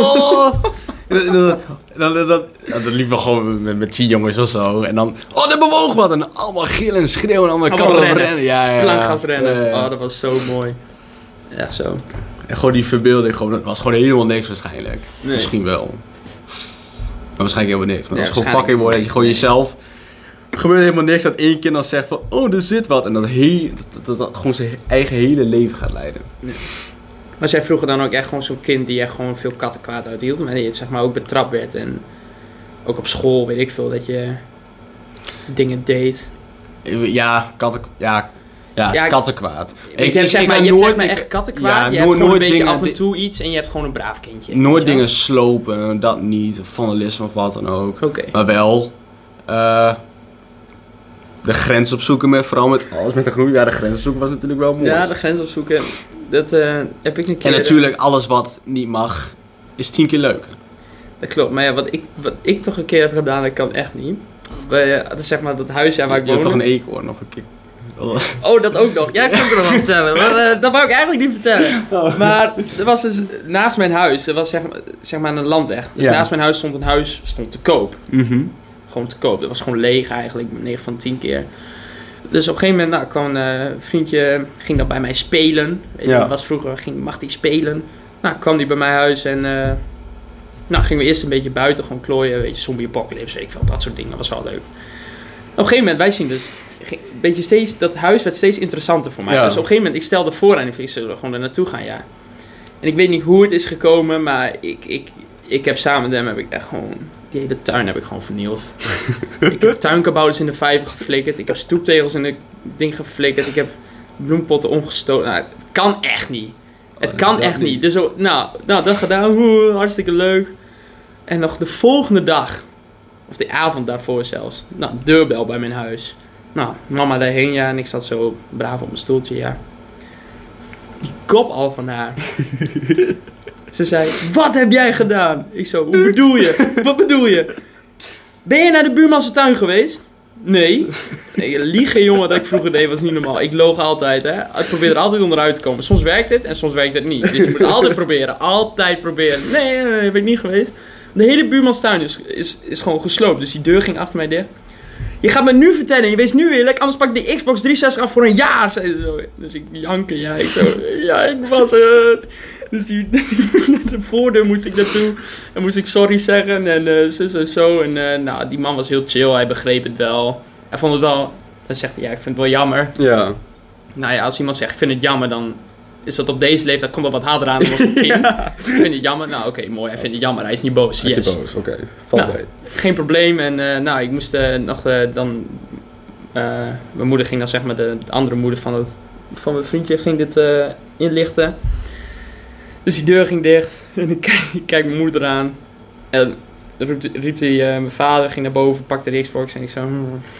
Speaker 2: Dan liepen we gewoon met 10 jongens of zo. En dan, daar bewoog wat. En allemaal gillen en schreeuwen. En allemaal rennen. Ja.
Speaker 1: Plankgas rennen. Ja. Dat was zo mooi. Ja, zo.
Speaker 2: En gewoon die verbeelding. Het was gewoon helemaal niks waarschijnlijk. Nee. Misschien wel. Maar waarschijnlijk helemaal niks. Maar het was gewoon fucking mooi. Dat je gewoon jezelf... Er gebeurt helemaal niks dat één kind dan zegt van... Oh, er zit wat. En dat gewoon zijn eigen hele leven gaat leiden.
Speaker 1: Ja. Was jij vroeger dan ook echt gewoon zo'n kind die echt gewoon veel kattenkwaad uithield? Maar je zeg maar ook betrapt werd en... Ook op school, weet ik veel, dat je... Dingen deed.
Speaker 2: Ja, kattenkwaad.
Speaker 1: Je hebt zeg maar echt kattenkwaad. Ja, je hebt gewoon een beetje af en toe iets en je hebt gewoon een braaf kindje.
Speaker 2: Nooit dingen slopen, dat niet. Of vandalisme of wat dan ook.
Speaker 1: Okay.
Speaker 2: Maar wel... de grens opzoeken, vooral met alles met de groei. Ja, de grens opzoeken was natuurlijk wel mooi.
Speaker 1: Ja, de grens opzoeken, dat heb ik een keer...
Speaker 2: En natuurlijk, alles wat niet mag, is 10 keer leuker.
Speaker 1: Dat klopt, maar ja, wat ik toch een keer heb gedaan, dat kan echt niet. Dat is zeg maar dat huis waar ik woonde.
Speaker 2: Je hebt toch een eekhoorn of een kip?
Speaker 1: Oh, dat ook nog. Ja, ik kan het er nog wel vertellen. Maar dat wou ik eigenlijk niet vertellen. Oh. Maar er was dus naast mijn huis, er was zeg maar een landweg. Dus naast mijn huis stond een huis te koop.
Speaker 2: Mm-hmm.
Speaker 1: Gewoon te koop. Dat was gewoon leeg eigenlijk, 9 van 10 keer. Dus op een gegeven moment kwam een vriendje, ging dan bij mij spelen. Weet je, was vroeger, mag die spelen. Nou, kwam die bij mijn huis en gingen we eerst een beetje buiten gewoon klooien. Weet je, zombie apocalypse, weet ik veel, dat soort dingen. Dat was wel leuk. Op een gegeven moment, wij zien dus, een beetje dat huis werd steeds interessanter voor mij. Ja. Dus op een gegeven moment, ik stelde voor en ik zullen gewoon er naartoe gaan, ja. En ik weet niet hoe het is gekomen, maar ik heb samen met hem echt gewoon... Die hele tuin heb ik gewoon vernield. Ik heb tuinkabouters in de vijver geflikkerd. Ik heb stoeptegels in het ding geflikkerd. Ik heb bloempotten omgestoten. Nou, het kan echt niet. Het kan echt niet. Dus dat gedaan. Hartstikke leuk. En nog de volgende dag. Of de avond daarvoor zelfs. Deurbel bij mijn huis. Mama daarheen, ja. En ik zat zo braaf op mijn stoeltje, ja. Die kop al van haar. Ze zei, wat heb jij gedaan? Ik zo, hoe bedoel je? Wat bedoel je? Ben je naar de buurmanse tuin geweest? Nee. Liegen, jongen, dat ik vroeger deed was niet normaal. Ik loog altijd, hè. Ik probeer er altijd onderuit te komen. Soms werkt het en soms werkt het niet. Dus je moet altijd proberen. Altijd proberen. Nee, ben ik niet geweest. De hele buurmanse tuin is gewoon gesloopt. Dus die deur ging achter mij dicht. Je gaat me nu vertellen, je wees nu eerlijk, anders pak ik de Xbox 360 af voor een jaar, zei ze zo. Dus ik janken, ja, ik was het. Dus die moest naar de voordeur moest ik naartoe. En moest ik sorry zeggen en zo. En die man was heel chill, hij begreep het wel. Hij vond het wel, dan zegt hij, ja, ik vind het wel jammer.
Speaker 2: Ja.
Speaker 1: Nou ja, als iemand zegt, ik vind het jammer, dan is dat op deze leeftijd, komt dat wat harder aan dan als een kind. Ja. Ik vind het jammer, oké, mooi, hij vindt het jammer, hij is niet boos.
Speaker 2: Hij is niet boos, oké. Valt mee.
Speaker 1: Geen probleem en ik moest mijn moeder ging dan zeg maar, de andere moeder van mijn vriendje ging dit inlichten. Dus die deur ging dicht en ik kijk mijn moeder aan. En dan riep hij, mijn vader ging naar boven, pakte de Xbox en ik zo...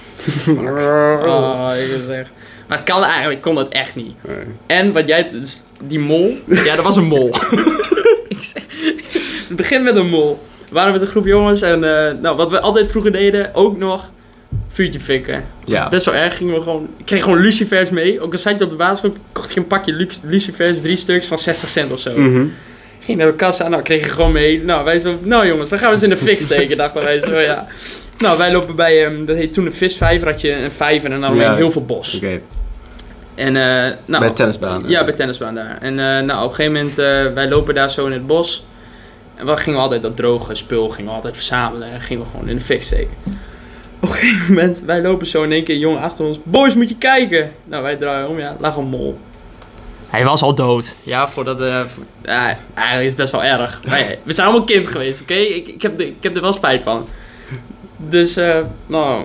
Speaker 1: ik zeg... Maar het kan eigenlijk, ik kon dat echt niet. Nee. En wat jij... Dus die mol... Ja, dat was een mol. Ik zeg, het begint met een mol. We waren met een groep jongens en wat we altijd vroeger deden, ook nog... Vuurtje fikken. Ja. Best wel erg. Ik kreeg gewoon lucifers mee. Ook al zat je op de basisschool, kocht ik een pakje lucifers, 3 stuks van 60 cent of zo.
Speaker 2: Mm-hmm.
Speaker 1: Ging naar de kassa, kreeg je gewoon mee. Wij zo, jongens, we gaan eens in de fik steken, dachten wij zo, ja. Wij lopen bij, dat heet toen een visvijver, had je een vijver en dan heel veel bos.
Speaker 2: Okay.
Speaker 1: En,
Speaker 2: bij de tennisbaan.
Speaker 1: Ja, bij de tennisbaan daar. En op een gegeven moment, wij lopen daar zo in het bos. En we gingen altijd dat droge spul, gingen we altijd verzamelen en gingen we gewoon in de fik steken. Op een gegeven moment, wij lopen zo in één keer, een jongen achter ons. Boys, moet je kijken. Nou, wij draaien om, ja, lag een mol. Hij was al dood. Ja, voordat... eigenlijk is het best wel erg. Maar, we zijn allemaal kind geweest, oké? Ik heb er wel spijt van. Dus, nou...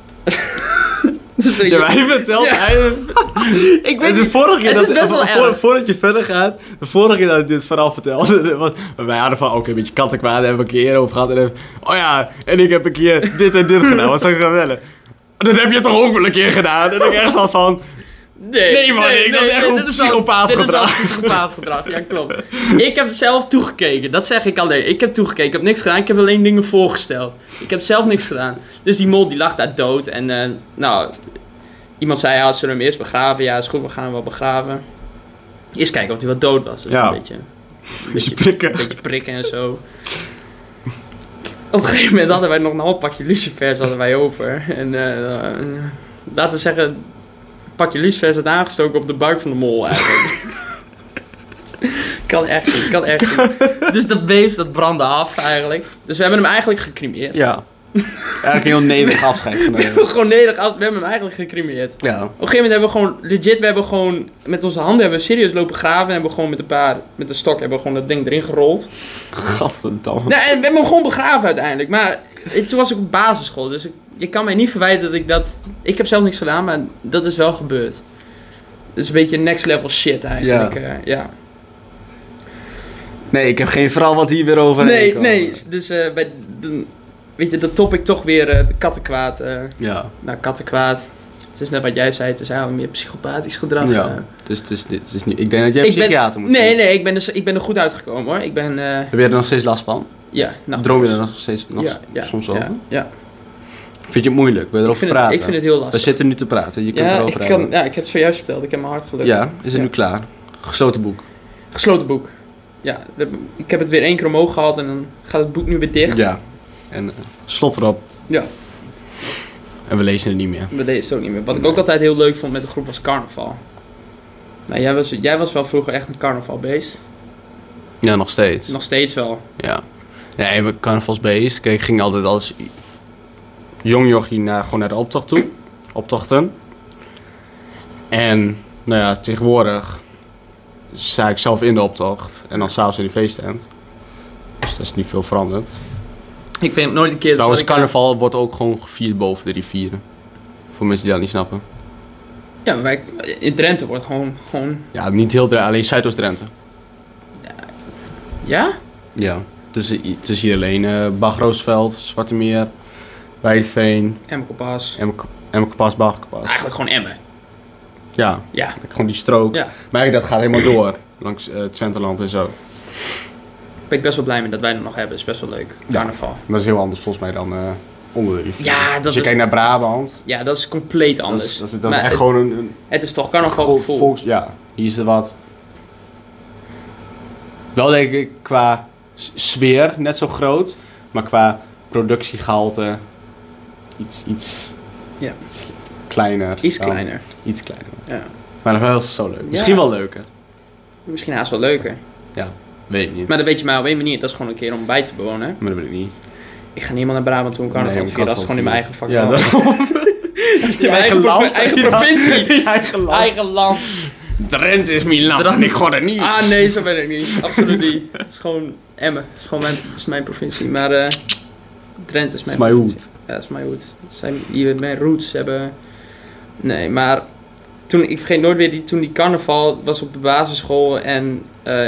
Speaker 2: Ja, maar hij vertelt...
Speaker 1: Ja. Ik weet
Speaker 2: de vorige keer
Speaker 1: het is best wel erg.
Speaker 2: voordat je verder gaat... De vorige keer dat ik dit verhaal vertelde... Wij hadden van, oké, een beetje kattenkwaad. Daar hebben we een keer eerder over gehad. En dan, oh ja, en ik heb een keer dit en dit gedaan. Wat zou ik gaan vertellen? Dat heb je toch ook wel een keer gedaan? En ik ergens al van... Nee, man, dat is echt een psychopaatgedrag.
Speaker 1: Dit is psychopaatgedrag, ja, klopt. Ik heb zelf toegekeken, dat zeg ik alleen. Ik heb toegekeken, ik heb niks gedaan, ik heb alleen dingen voorgesteld. Ik heb zelf niks gedaan. Dus die mol, die lag daar dood. En, nou, iemand zei, ja, zullen we hem eerst begraven? Ja, is goed, we gaan hem wel begraven. Eerst kijken of hij wel dood was. Dus
Speaker 2: Ja.
Speaker 1: Een
Speaker 2: Beetje prikken.
Speaker 1: Een beetje prikken en zo. Op een gegeven moment hadden wij nog een half pakje lucifers hadden wij over. En laten we zeggen... pakje lucifers werd aangestoken op de buik van de mol eigenlijk. kan echt niet. Dus dat beest, dat brandde af eigenlijk. Dus we hebben hem eigenlijk gecremeerd.
Speaker 2: Ja. Eigenlijk een heel nederig afscheid
Speaker 1: We
Speaker 2: genomen.
Speaker 1: hebben gewoon nederig af, we hebben hem eigenlijk gecremeerd.
Speaker 2: Ja.
Speaker 1: Op een gegeven moment hebben we gewoon, legit, we hebben gewoon met onze handen hebben we serieus lopen graven. En hebben we gewoon met de stok hebben we gewoon dat ding erin gerold.
Speaker 2: Gadverdamme.
Speaker 1: Nou, en we hebben hem gewoon begraven uiteindelijk. Maar toen was ik op basisschool, dus je kan mij niet verwijten dat ik dat... Ik heb zelf niks gedaan, maar dat is wel gebeurd. Dat is een beetje next level shit eigenlijk. Ja.
Speaker 2: Nee, ik heb geen verhaal wat hier weer over
Speaker 1: Nee, dus weet je, dat topic toch weer kattenkwaad.
Speaker 2: Ja.
Speaker 1: Nou, kattenkwaad. Het is net wat jij zei, het is eigenlijk meer psychopathisch gedrag.
Speaker 2: Ja. Dus het is niet... Ik denk dat jij een psychiater moet zien.
Speaker 1: Nee, ik ben er goed uitgekomen hoor. Ik ben...
Speaker 2: Heb je er nog steeds last van?
Speaker 1: Ja. Nou,
Speaker 2: Droom je er nog steeds
Speaker 1: ja,
Speaker 2: soms over?
Speaker 1: Ja.
Speaker 2: Vind je het moeilijk? Wil je erover praten?
Speaker 1: Ik vind het heel lastig.
Speaker 2: We zitten nu te praten, je kunt erover hebben.
Speaker 1: Ja, ik heb het zojuist verteld. Ik heb mijn hart gelukt.
Speaker 2: Ja, is het nu klaar? Gesloten boek.
Speaker 1: Gesloten boek. Ja, ik heb het weer 1 keer omhoog gehad en dan gaat het boek nu weer dicht.
Speaker 2: Ja. En slot erop.
Speaker 1: Ja.
Speaker 2: En we lezen het niet meer.
Speaker 1: We lezen het ook niet meer. Wat ik ook altijd heel leuk vond met de groep was carnaval. Nou, jij was wel vroeger echt een carnavalbeest.
Speaker 2: Ja, nog steeds.
Speaker 1: Nog steeds wel.
Speaker 2: Ja. Nee, we carnavalsbeest. Kijk, ik ging altijd als jong jochie gewoon naar de optocht toe. Optochten. En, nou ja, tegenwoordig sta ik zelf in de optocht. En dan s'avonds in die feesttent. Dus dat is niet veel veranderd.
Speaker 1: Ik vind het nooit een keer...
Speaker 2: Trouwens, carnaval wordt ook gewoon gevierd boven de rivieren. Voor mensen die dat niet snappen.
Speaker 1: Ja, maar in Drenthe wordt gewoon...
Speaker 2: Ja, niet heel Drenthe, alleen Zuidoost-Drenthe.
Speaker 1: Ja?
Speaker 2: Ja. Dus het is hier alleen Bach-Roosveld, Zwarte Meer, Wijdveen,
Speaker 1: Emmerkopas.
Speaker 2: Emmerkopas, Bach-Kopas.
Speaker 1: Eigenlijk gewoon Emmen.
Speaker 2: Ja,
Speaker 1: Ja.
Speaker 2: gewoon die strook.
Speaker 1: Ja.
Speaker 2: Maar dat gaat helemaal door, langs Twenteland en zo.
Speaker 1: Ben ik best wel blij mee dat wij dat nog hebben. Dat is best wel leuk. Carnaval.
Speaker 2: Dat is heel anders volgens mij dan onder de rivier.
Speaker 1: Ja, dat
Speaker 2: Als je
Speaker 1: is...
Speaker 2: kijkt naar Brabant,
Speaker 1: Ja, dat is compleet anders.
Speaker 2: dat is
Speaker 1: Maar
Speaker 2: echt gewoon een
Speaker 1: het is toch carnavalgevoel.
Speaker 2: ja, hier is er wat. Wel denk ik qua sfeer net zo groot, maar qua productiegehalte iets kleiner.
Speaker 1: Iets
Speaker 2: dan-
Speaker 1: kleiner.
Speaker 2: Iets kleiner.
Speaker 1: Ja.
Speaker 2: Maar nog wel zo leuk. Misschien wel leuker.
Speaker 1: Misschien haast wel leuker.
Speaker 2: Weet ik niet.
Speaker 1: Maar dat weet je maar op één manier. Dat is gewoon een keer om bij te wonen. Hè?
Speaker 2: Maar dat weet ik niet.
Speaker 1: Ik ga niet helemaal naar Brabant toe om carnaval
Speaker 2: Nee,
Speaker 1: te
Speaker 2: om
Speaker 1: vieren. Dat is gewoon in mijn eigen vak.
Speaker 2: Ja,
Speaker 1: Dat is in mijn eigen provincie.
Speaker 2: Eigen land.
Speaker 1: Eigen land.
Speaker 2: Drenthe is mijn land en ik ga er niet.
Speaker 1: Ah nee, zo ben ik niet. Absoluut niet. Het is gewoon Emmen. Het is gewoon mijn provincie. Maar Drenthe is mijn
Speaker 2: my
Speaker 1: provincie.
Speaker 2: hood.
Speaker 1: Ja, dat is mijn hood. Hier mijn roots hebben... Nee, maar... Ik vergeet nooit weer, toen die carnaval was op de basisschool en...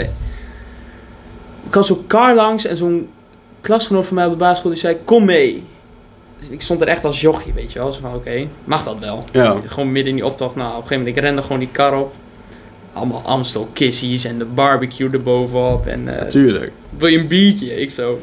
Speaker 1: ik had zo'n kar langs en zo'n klasgenoot van mij op de basisschool die zei, kom mee. Dus ik stond er echt als jochie, weet je wel. Zo van, oké, mag dat wel?
Speaker 2: Ja.
Speaker 1: Gewoon midden in die optocht. Nou, op een gegeven moment, ik rende gewoon die kar op. Allemaal Amstel kissies en de barbecue erbovenop. En
Speaker 2: Tuurlijk.
Speaker 1: wil je een biertje? Ik zo,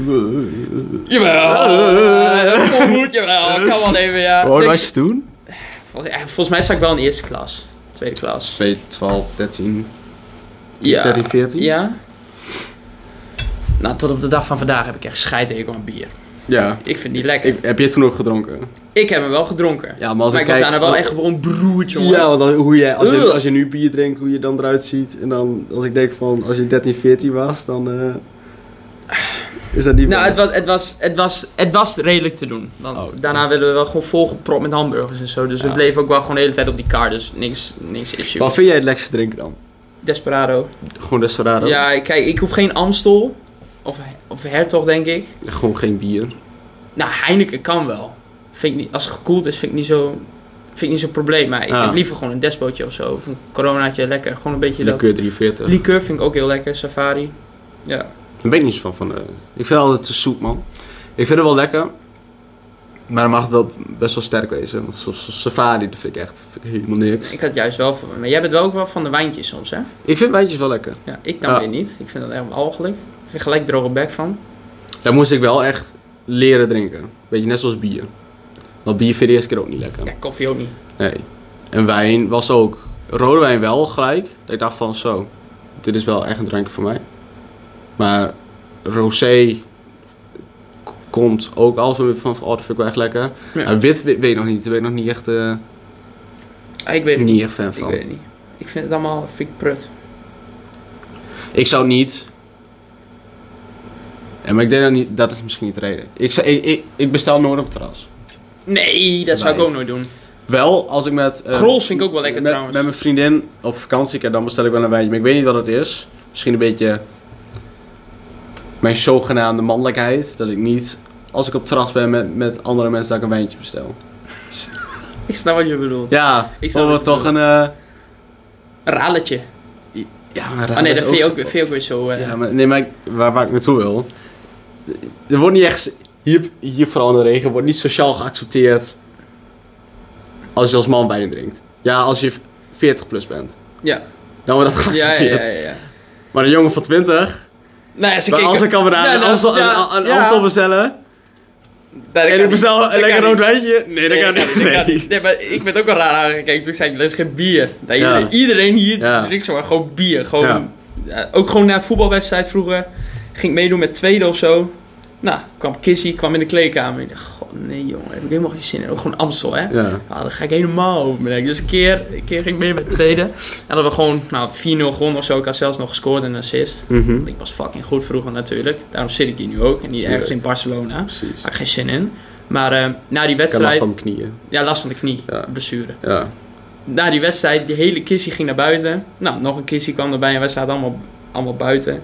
Speaker 1: jawel, kom goed, jawel, kan wel even, ja.
Speaker 2: Hoe oud was je toen?
Speaker 1: Volgens mij zat ik wel in eerste klas. Tweede klas.
Speaker 2: 2, 12, 13,
Speaker 1: Ja.
Speaker 2: 13, 14?
Speaker 1: Ja. Nou, tot op de dag van vandaag heb ik echt scheidhekel aan bier.
Speaker 2: Ja.
Speaker 1: Ik vind het niet lekker.
Speaker 2: Heb je toen ook gedronken?
Speaker 1: Ik heb hem wel gedronken.
Speaker 2: Ja, maar als
Speaker 1: Maar ik was daarna wel echt gewoon broert, jongen.
Speaker 2: Ja, want als je nu bier drinkt, hoe je dan eruit ziet. En dan, als ik denk van, als je 13, 14 was, dan... Is dat niet
Speaker 1: Nou,
Speaker 2: best?
Speaker 1: het was redelijk te doen. Daarna werden we wel gewoon volgepropt met hamburgers en zo. Dus we bleven ook wel gewoon de hele tijd op die kar. Dus niks issue.
Speaker 2: Wat vind jij het lekkerste drinken dan?
Speaker 1: Desperado.
Speaker 2: Gewoon Desperado?
Speaker 1: Ja, kijk, ik hoef geen Amstel. Of Hertog, denk ik.
Speaker 2: Gewoon geen bier?
Speaker 1: Nou, Heineken kan wel. Vind ik niet, als het gekoeld is, vind ik niet zo'n probleem. Maar ik heb liever gewoon een despootje of zo. Of een coronaatje, lekker. Gewoon een beetje
Speaker 2: Liqueur 340.
Speaker 1: Liqueur vind ik ook heel lekker. Safari. Ja.
Speaker 2: Daar ben ik niet zo van. Ik vind het altijd te zoet, man. Ik vind het wel lekker. Maar dan mag het wel best wel sterk wezen. Want zoals Safari, dat vind ik helemaal niks.
Speaker 1: Ik had juist wel van. Maar jij bent wel ook wel van de wijntjes soms, hè?
Speaker 2: Ik vind wijntjes wel lekker.
Speaker 1: Ja, ik dan weer niet. Ik vind dat echt walgelijk. Ik krijg gelijk droge bek van.
Speaker 2: Daar moest ik wel echt leren drinken. Beetje net zoals bier. Want bier vind ik de eerste keer ook niet lekker.
Speaker 1: Ja, koffie ook niet.
Speaker 2: Nee. En wijn was ook... Rode wijn wel gelijk. Dat ik dacht van zo, dit is wel echt een drankje voor mij. Maar rosé komt ook altijd van dat vind ik wel echt lekker.
Speaker 1: Ja.
Speaker 2: Maar wit weet ik nog niet. Daar ben ik nog niet echt,
Speaker 1: Ik weet het
Speaker 2: niet echt fan van.
Speaker 1: Ik weet het niet. Ik vind het allemaal prut.
Speaker 2: Ik zou niet... Ja, maar ik denk dat niet... Dat is misschien niet de reden. Ik bestel nooit op het terras.
Speaker 1: Nee, dat zou ik ook nooit doen.
Speaker 2: Wel, als ik met...
Speaker 1: Grols vind ik ook wel lekker trouwens.
Speaker 2: Met mijn vriendin op vakantie, dan bestel ik wel een wijntje. Maar ik weet niet wat het is. Misschien een beetje... Mijn zogenaamde mannelijkheid. Dat ik niet... Als ik op het terras ben met andere mensen, dat ik een wijntje bestel.
Speaker 1: Ik snap wat je bedoelt.
Speaker 2: Ja,
Speaker 1: ik snap
Speaker 2: wat toch een...
Speaker 1: Een ralletje.
Speaker 2: Ja, maar
Speaker 1: dat vind je ook weer zo...
Speaker 2: Ja, maar, nee, maar waar ik naartoe wil... Er wordt niet echt... Hier vooral in de regen wordt niet sociaal geaccepteerd... Als je als man wijn drinkt. Ja, als je 40 plus bent.
Speaker 1: Ja.
Speaker 2: Dan wordt dat geaccepteerd.
Speaker 1: Ja.
Speaker 2: Maar een jongen van 20...
Speaker 1: Nou ja,
Speaker 2: als ik kan me daar een Amstel bestellen... En ik bestel een lekker rood wijntje... Nee, dat kan niet.
Speaker 1: Nee, maar ik ben ook wel raar aangekeken toen ik zei, er is geen bier. Iedereen hier drinkt zomaar gewoon bier. Gewoon, ook gewoon naar een voetbalwedstrijd vroeger. Ging meedoen met tweede of zo. Nou, kwam in de kleedkamer. Ik dacht, god nee jongen, heb ik helemaal geen zin in. Ook gewoon Amstel, hè. Ja. Nou, dan ga ik helemaal over me denken. Dus een keer ging ik mee met tweede. En hadden we gewoon 4-0 gewonnen of zo. Ik had zelfs nog gescoord en een assist. Ik was fucking goed vroeger natuurlijk. Daarom zit ik hier nu ook. En niet ergens in Barcelona.
Speaker 2: Precies.
Speaker 1: Daar had ik geen zin in. Maar na die wedstrijd...
Speaker 2: last van mijn knieën.
Speaker 1: Ja, last van de knie. Ja. Blessure.
Speaker 2: Ja.
Speaker 1: Na die wedstrijd, die hele kissie ging naar buiten. Nou, nog een kissie kwam erbij en wij zaten allemaal buiten.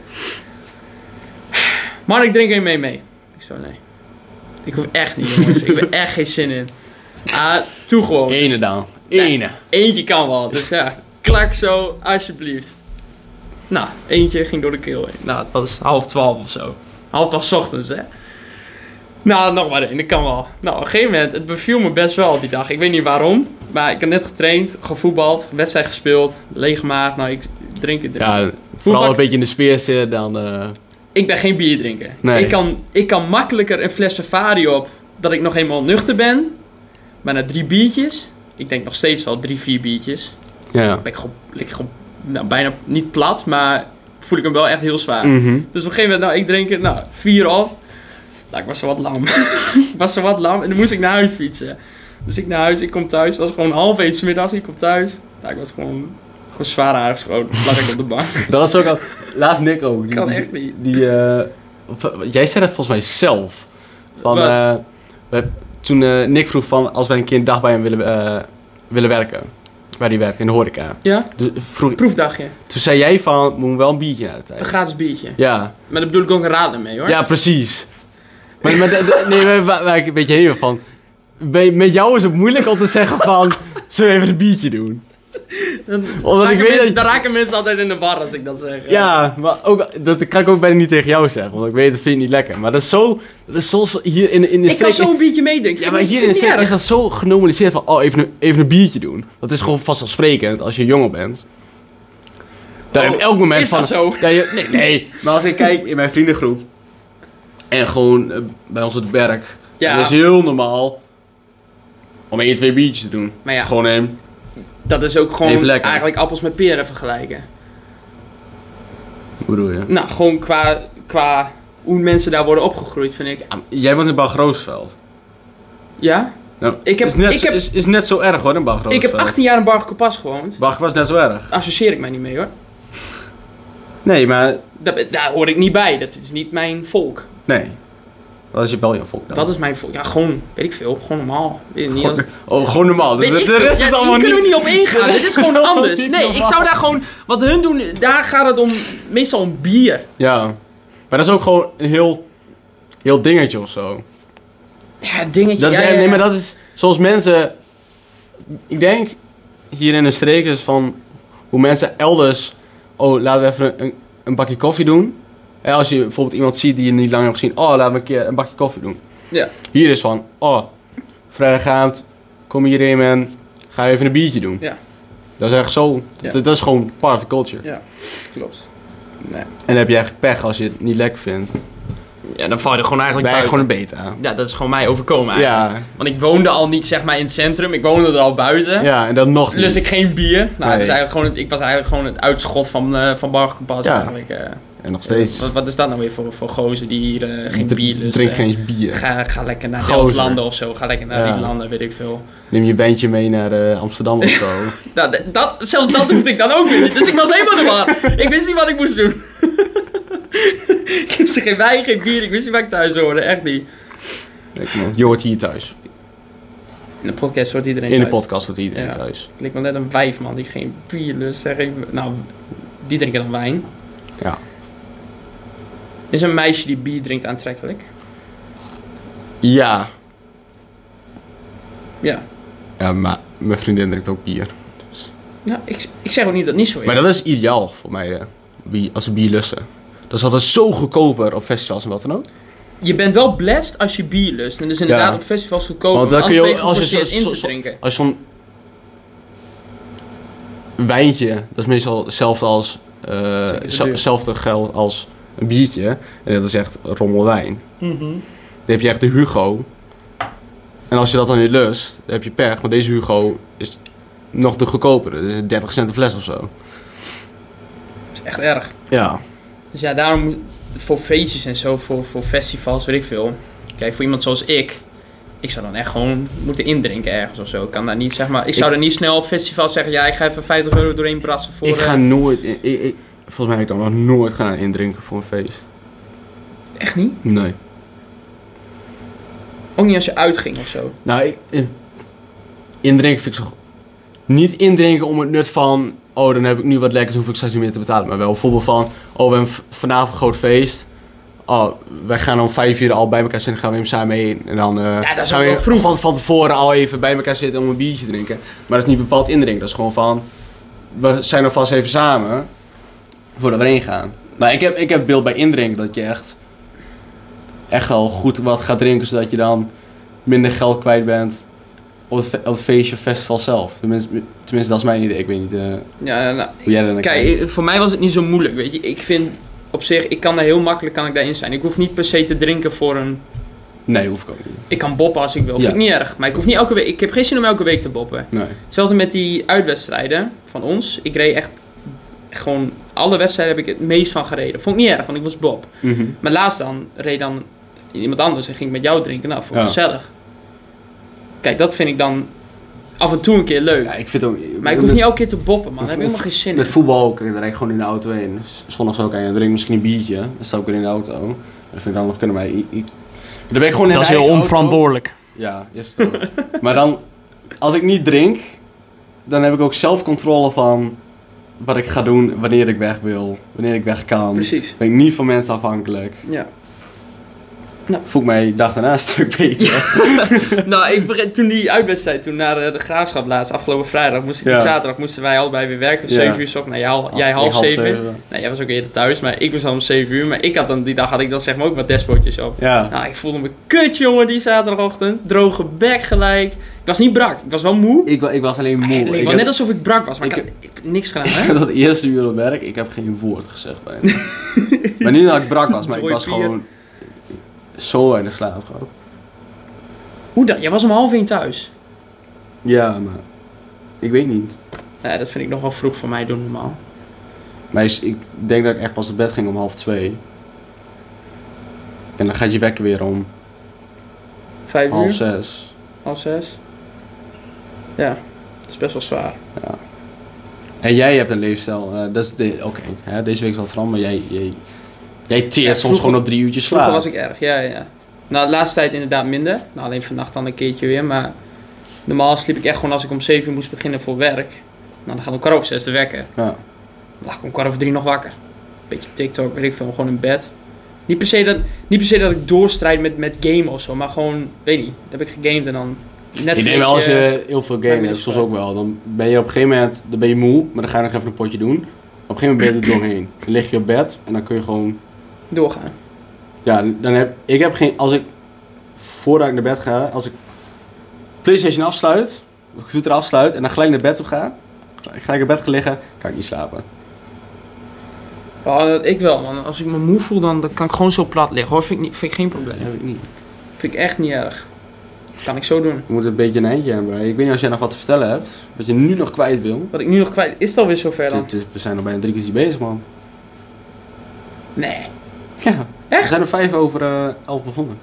Speaker 1: Maar ik drink er mee. Ik zo, nee. Ik hoef echt niet, jongens. Ik heb echt geen zin in. Toe gewoon.
Speaker 2: Ene dan.
Speaker 1: Nee, eentje kan wel. Dus ja, klak zo, alsjeblieft. Nou, eentje ging door de keel heen. Nou, het was 11:30 of zo. 11:30 ochtends, hè. Nou, nog maar één. Dat kan wel. Nou, op een gegeven moment, het beviel me best wel die dag. Ik weet niet waarom. Maar ik heb net getraind, gevoetbald, wedstrijd gespeeld, leeggemaakt. Nou, ik drink het.
Speaker 2: Ja, vooral een beetje in de sfeer zitten dan...
Speaker 1: Ik ben geen bierdrinker.
Speaker 2: Nee.
Speaker 1: Ik kan makkelijker een fles Safari op dat ik nog eenmaal nuchter ben. Maar na 3 biertjes, ik denk nog steeds wel 3-4 biertjes.
Speaker 2: Ja.
Speaker 1: Ben ik gewoon bijna niet plat, maar voel ik hem wel echt heel zwaar. Dus op een gegeven moment, ik drink het, 4 op. Nou, ik was zo wat lam. En dan moest ik naar huis fietsen. Dus ik naar huis, ik kom thuis. Het was gewoon 12:30 's middags, ik kom thuis. Nou, ik was gewoon zwaar aangeschoten. Lag ik op de bank.
Speaker 2: Dat was ook al... Laatst Nick ook.
Speaker 1: Kan echt niet.
Speaker 2: Jij zei dat volgens mij zelf. Toen Nick vroeg van als wij een keer een dag bij hem willen werken. Waar hij werkt, in de horeca.
Speaker 1: Ja? Proefdagje.
Speaker 2: Toen zei jij van, moet wel een biertje naar de tijd.
Speaker 1: Een gratis biertje.
Speaker 2: Ja.
Speaker 1: Maar daar bedoel ik ook een radler mee, hoor.
Speaker 2: Ja, precies. Maar waar ik een beetje heen van... Met jou is het moeilijk om te zeggen van... Zullen we even een biertje doen?
Speaker 1: Dan raken mensen altijd in de war als ik dat zeg.
Speaker 2: Ja, maar ook, dat kan ik ook bijna niet tegen jou zeggen. Want ik weet, dat vind je niet lekker. Maar dat is zo hier in de
Speaker 1: streek... Ik kan
Speaker 2: zo
Speaker 1: een biertje meedrinken.
Speaker 2: Ja, maar hier in de streek is dat zo genormaliseerd van... Oh, even een biertje doen. Dat is gewoon vanzelfsprekend als je jonger bent. Daar op elk moment
Speaker 1: is dat zo?
Speaker 2: Nee. Maar als ik kijk in mijn vriendengroep... En gewoon bij ons op het werk... Ja. Dat is heel normaal... Om 1-2 biertjes te doen.
Speaker 1: Maar ja.
Speaker 2: Gewoon één.
Speaker 1: Dat is ook gewoon eigenlijk appels met peren vergelijken.
Speaker 2: Hoe bedoel je?
Speaker 1: Nou, gewoon qua hoe mensen daar worden opgegroeid, vind ik.
Speaker 2: Jij woont in Bag-Roosveld.
Speaker 1: Ja?
Speaker 2: Nou, is net zo erg hoor, in Bag-Roosveld.
Speaker 1: Ik heb 18 jaar in Bargekopas gewoond.
Speaker 2: Bargekopas is net zo erg.
Speaker 1: Associeer ik mij niet mee hoor.
Speaker 2: Nee, maar...
Speaker 1: Daar hoor ik niet bij. Dat is niet mijn volk.
Speaker 2: Nee. Dat is wel jouw volk dan.
Speaker 1: Dat is mijn volk. Ja, gewoon, weet ik veel. Gewoon normaal. Weet je, niet als...
Speaker 2: Gewoon normaal. Dus
Speaker 1: Weet
Speaker 2: de rest is allemaal
Speaker 1: hier kunnen we
Speaker 2: niet...
Speaker 1: niet op ingaan. Dit is gewoon
Speaker 2: allemaal
Speaker 1: anders.
Speaker 2: niet
Speaker 1: Nee,
Speaker 2: normaal.
Speaker 1: ik zou daar gewoon... Wat hun doen, daar gaat het om... Meestal om bier.
Speaker 2: Ja. Maar dat is ook gewoon een heel dingetje of zo.
Speaker 1: Ja, dingetje.
Speaker 2: Dat is,
Speaker 1: ja.
Speaker 2: Nee, maar dat is... Zoals mensen... Ik denk... Hier in de streek is van... Hoe mensen elders... Oh, laten we even een bakje koffie doen. En als je bijvoorbeeld iemand ziet die je niet lang hebt gezien... Oh, laten we een keer een bakje koffie doen.
Speaker 1: Ja.
Speaker 2: Hier is van... Oh, vrijdagavond... Kom hierheen man... Ga even een biertje doen.
Speaker 1: Ja.
Speaker 2: Dat is echt zo...
Speaker 1: Ja.
Speaker 2: Dat is gewoon part of the culture.
Speaker 1: Ja, klopt. Nee.
Speaker 2: En dan heb je eigenlijk pech als je het niet lekker vindt.
Speaker 1: Ja, dan val je er gewoon eigenlijk
Speaker 2: Ben je
Speaker 1: buiten.
Speaker 2: gewoon een beta.
Speaker 1: Ja, dat is gewoon mij overkomen eigenlijk.
Speaker 2: Ja.
Speaker 1: Want ik woonde al niet zeg maar in het centrum. Ik woonde er al buiten.
Speaker 2: Ja, en dan nog niet.
Speaker 1: Dus ik geen bier. Nou,
Speaker 2: Nee.
Speaker 1: het is eigenlijk gewoon ik was eigenlijk gewoon het uitschot van Bargepas
Speaker 2: Ja.
Speaker 1: eigenlijk.
Speaker 2: En nog steeds.
Speaker 1: Wat is dat nou weer voor gozer die hier geen bier lust?
Speaker 2: Drink geen eens bier.
Speaker 1: Ga lekker naar
Speaker 2: Gozer.
Speaker 1: Delftlanden of zo. Ga lekker naar
Speaker 2: Ja.
Speaker 1: Rietlanden, weet ik veel.
Speaker 2: Neem je bandje mee naar Amsterdam of zo.
Speaker 1: Nou, zelfs dat hoefde ik dan ook weer niet. Dus ik was helemaal de war. Ik wist niet wat ik moest doen. Ik wist geen wijn, geen bier. Ik wist niet waar ik thuis hoorde. Echt niet.
Speaker 2: Kijk, man, je hoort hier thuis.
Speaker 1: In de podcast hoort iedereen
Speaker 2: In de
Speaker 1: thuis.
Speaker 2: podcast hoort iedereen
Speaker 1: Ja.
Speaker 2: thuis.
Speaker 1: Ik lijk wel net een wijf, man, die geen bier lust. Nou, die drinken dan wijn.
Speaker 2: Ja.
Speaker 1: Is een meisje die bier drinkt aantrekkelijk?
Speaker 2: Ja.
Speaker 1: Ja.
Speaker 2: Ja, maar mijn vriendin drinkt ook bier.
Speaker 1: Nou, ik zeg ook niet dat het niet zo is.
Speaker 2: Maar dat is ideaal voor mij, als ze bier lussen. Dat is altijd zo goedkoper op festivals en wat dan ook.
Speaker 1: Je bent wel blessed als je bier lust. En dus inderdaad
Speaker 2: Ja.
Speaker 1: op festivals goedkoper.
Speaker 2: Want dan
Speaker 1: Want
Speaker 2: kun je
Speaker 1: anders
Speaker 2: ook-
Speaker 1: ben
Speaker 2: als je
Speaker 1: geforceerd
Speaker 2: zo-
Speaker 1: in te drinken.
Speaker 2: Als je zo'n wijntje, dat is meestal hetzelfde als hetzelfde geld als een biertje. En dat is echt rommelwijn. Dan heb je echt de Hugo. En als je dat dan niet lust, dan heb je pech. Maar deze Hugo is nog de goedkopere. Dus 30 cent een fles of zo.
Speaker 1: Dat is echt erg.
Speaker 2: Ja.
Speaker 1: Dus ja, daarom voor feestjes en zo, voor festivals, weet ik veel. Kijk, voor iemand zoals ik zou dan echt gewoon moeten indrinken ergens of zo. Ik kan daar niet, zeg maar, ik zou er niet snel op festivals zeggen, ja, ik ga even €50 doorheen brassen voor...
Speaker 2: Ik ga nooit... volgens mij heb ik dan nog nooit gaan indrinken voor een feest.
Speaker 1: Echt niet?
Speaker 2: Nee.
Speaker 1: Ook niet als je uitging of zo.
Speaker 2: Nou, indrinken vind ik zo... Niet indrinken om het nut van... Oh, dan heb ik nu wat lekkers, hoef ik straks niet meer te betalen. Maar wel bijvoorbeeld van... Oh, we hebben vanavond een groot feest. Oh, wij gaan om 5 uur al bij elkaar zitten. Gaan we even samen heen. En dan
Speaker 1: Ja, dat is
Speaker 2: gaan
Speaker 1: ook
Speaker 2: we
Speaker 1: wel vroeg.
Speaker 2: van tevoren al even bij elkaar zitten om een biertje te drinken. Maar dat is niet bepaald indrinken. Dat is gewoon van... We zijn alvast even samen. Voordat we heen gaan. Maar ik heb beeld bij indrinken dat je echt al goed wat gaat drinken. Zodat je dan minder geld kwijt bent op het feestje of festival zelf. Tenminste, dat is mijn idee. Ik weet niet
Speaker 1: Ja, nou,
Speaker 2: hoe jij daar naar kijkt.
Speaker 1: kijk, voor mij was het niet zo moeilijk, weet je. Ik vind op zich, ik kan daar heel makkelijk daarin zijn. Ik hoef niet per se te drinken voor een...
Speaker 2: Nee, hoef ik ook niet.
Speaker 1: Ik kan boppen als ik wil,
Speaker 2: Ja.
Speaker 1: vind ik niet erg. Maar ik hoef niet elke week, ik heb geen zin om elke week te boppen.
Speaker 2: Nee.
Speaker 1: Hetzelfde met die uitwedstrijden van ons. Ik reed echt gewoon, alle wedstrijden heb ik het meest van gereden. Vond ik niet erg, want ik was Bob.
Speaker 2: Mhm.
Speaker 1: Maar laatst dan reed dan iemand anders en ging met jou drinken. Nou, vond ik
Speaker 2: Ja.
Speaker 1: gezellig. Kijk, dat vind ik dan af en toe een keer leuk.
Speaker 2: Ja, ik vind ook...
Speaker 1: Maar ik hoef niet elke keer te boppen, man. Daar heb ik helemaal geen zin
Speaker 2: Met
Speaker 1: in.
Speaker 2: voetbal ook. Daar rijd ik gewoon in de auto heen. Zondags ook. En dan drink ik misschien een biertje. Dan sta ik weer in de auto. En dat vind ik dan nog kunnen. Maar dan ben ik gewoon in
Speaker 1: Dat is
Speaker 2: de
Speaker 1: heel
Speaker 2: eigen
Speaker 1: onverantwoordelijk.
Speaker 2: auto. Ja, is het ook. Maar dan... Als ik niet drink... Dan heb ik ook zelf controle van... Wat ik ga doen. Wanneer ik weg wil. Wanneer ik weg kan.
Speaker 1: Precies.
Speaker 2: Ben ik niet van mensen afhankelijk.
Speaker 1: Ja.
Speaker 2: Voel ik mij dag daarna een stuk beter.
Speaker 1: Nou, toen die uitwedstrijd, toen naar de Graafschap laatst, afgelopen vrijdag, die
Speaker 2: Ja.
Speaker 1: zaterdag moesten wij allebei weer werken.
Speaker 2: Ja.
Speaker 1: 7 uur 's ochtends. Nou, jij
Speaker 2: Ik
Speaker 1: half 7.
Speaker 2: 7.
Speaker 1: Nou, jij was ook eerder thuis, maar ik was al om 7 uur. Maar die dag had ik dan zeg maar ook wat despotjes op.
Speaker 2: Ja.
Speaker 1: Nou, ik voelde me kut, jongen, die zaterdagochtend. Droge bek gelijk. Ik was niet brak, ik was wel moe.
Speaker 2: Ik was alleen moe.
Speaker 1: Het leek
Speaker 2: Ik
Speaker 1: wel
Speaker 2: heb-
Speaker 1: net alsof ik brak was, maar ik
Speaker 2: ik
Speaker 1: heb niks gedaan, hè?
Speaker 2: dat eerste uur op werk, ik heb geen woord gezegd bijna. Maar niet dat ik brak was, maar ik
Speaker 1: Troy
Speaker 2: was
Speaker 1: Pier.
Speaker 2: gewoon zo weinig slaap gehad.
Speaker 1: Hoe dan? Jij was om 12:30 thuis.
Speaker 2: Ja, maar ik weet niet.
Speaker 1: Ja, dat vind ik nog wel vroeg voor mij doen normaal.
Speaker 2: Maar ik denk dat ik echt pas naar bed ging om 1:30. En dan gaat je wekker weer om
Speaker 1: 5 uur?
Speaker 2: 5:30.
Speaker 1: 5:30? Ja, dat is best wel zwaar.
Speaker 2: Ja. En jij hebt een leefstijl, deze week zal het veranderen, maar jij teert soms gewoon op 3 uurtjes slaap.
Speaker 1: Vroeger was ik erg, ja. Nou, de laatste tijd inderdaad minder. Nou, alleen vannacht dan een keertje weer, maar normaal sliep ik echt gewoon als ik om 7 uur moest beginnen voor werk. Nou, dan gaat om 5:15 de wekker.
Speaker 2: Ja.
Speaker 1: Dan lag ik om 2:15 nog wakker. Beetje TikTok, weet ik veel, gewoon in bed. Niet per se dat ik doorstrijd met gamen of zo, maar gewoon, weet niet, dan heb ik gegamed en dan Netflix.
Speaker 2: Ik denk wel als je heel veel gamen hebt, zoals ook wel, dan ben je op een gegeven moment dan ben je moe, maar dan ga je nog even een potje doen. Op een gegeven moment ben je er doorheen. Dan lig je op bed en dan kun je gewoon
Speaker 1: doorgaan.
Speaker 2: Ja, als ik voordat ik naar bed ga, als ik PlayStation afsluit, de computer afsluit en dan gelijk naar bed toe ga, gelijk in bed gaan liggen, kan ik niet slapen.
Speaker 1: Oh, ik wel, man. Als ik me moe voel, dan kan ik gewoon zo plat liggen, hoor. Vind ik geen probleem.
Speaker 2: Dat heb ik niet.
Speaker 1: Vind ik echt niet erg. Kan ik zo doen.
Speaker 2: Je moet een beetje een eindje aanbreien. Ik weet niet als jij nog wat te vertellen hebt, wat je nu nog kwijt wil.
Speaker 1: Wat ik nu nog kwijt... Is het alweer zover dan?
Speaker 2: We zijn al bijna 3 kwartier bezig, man.
Speaker 1: Nee.
Speaker 2: Ja.
Speaker 1: Echt?
Speaker 2: We zijn er 5 over 11 begonnen.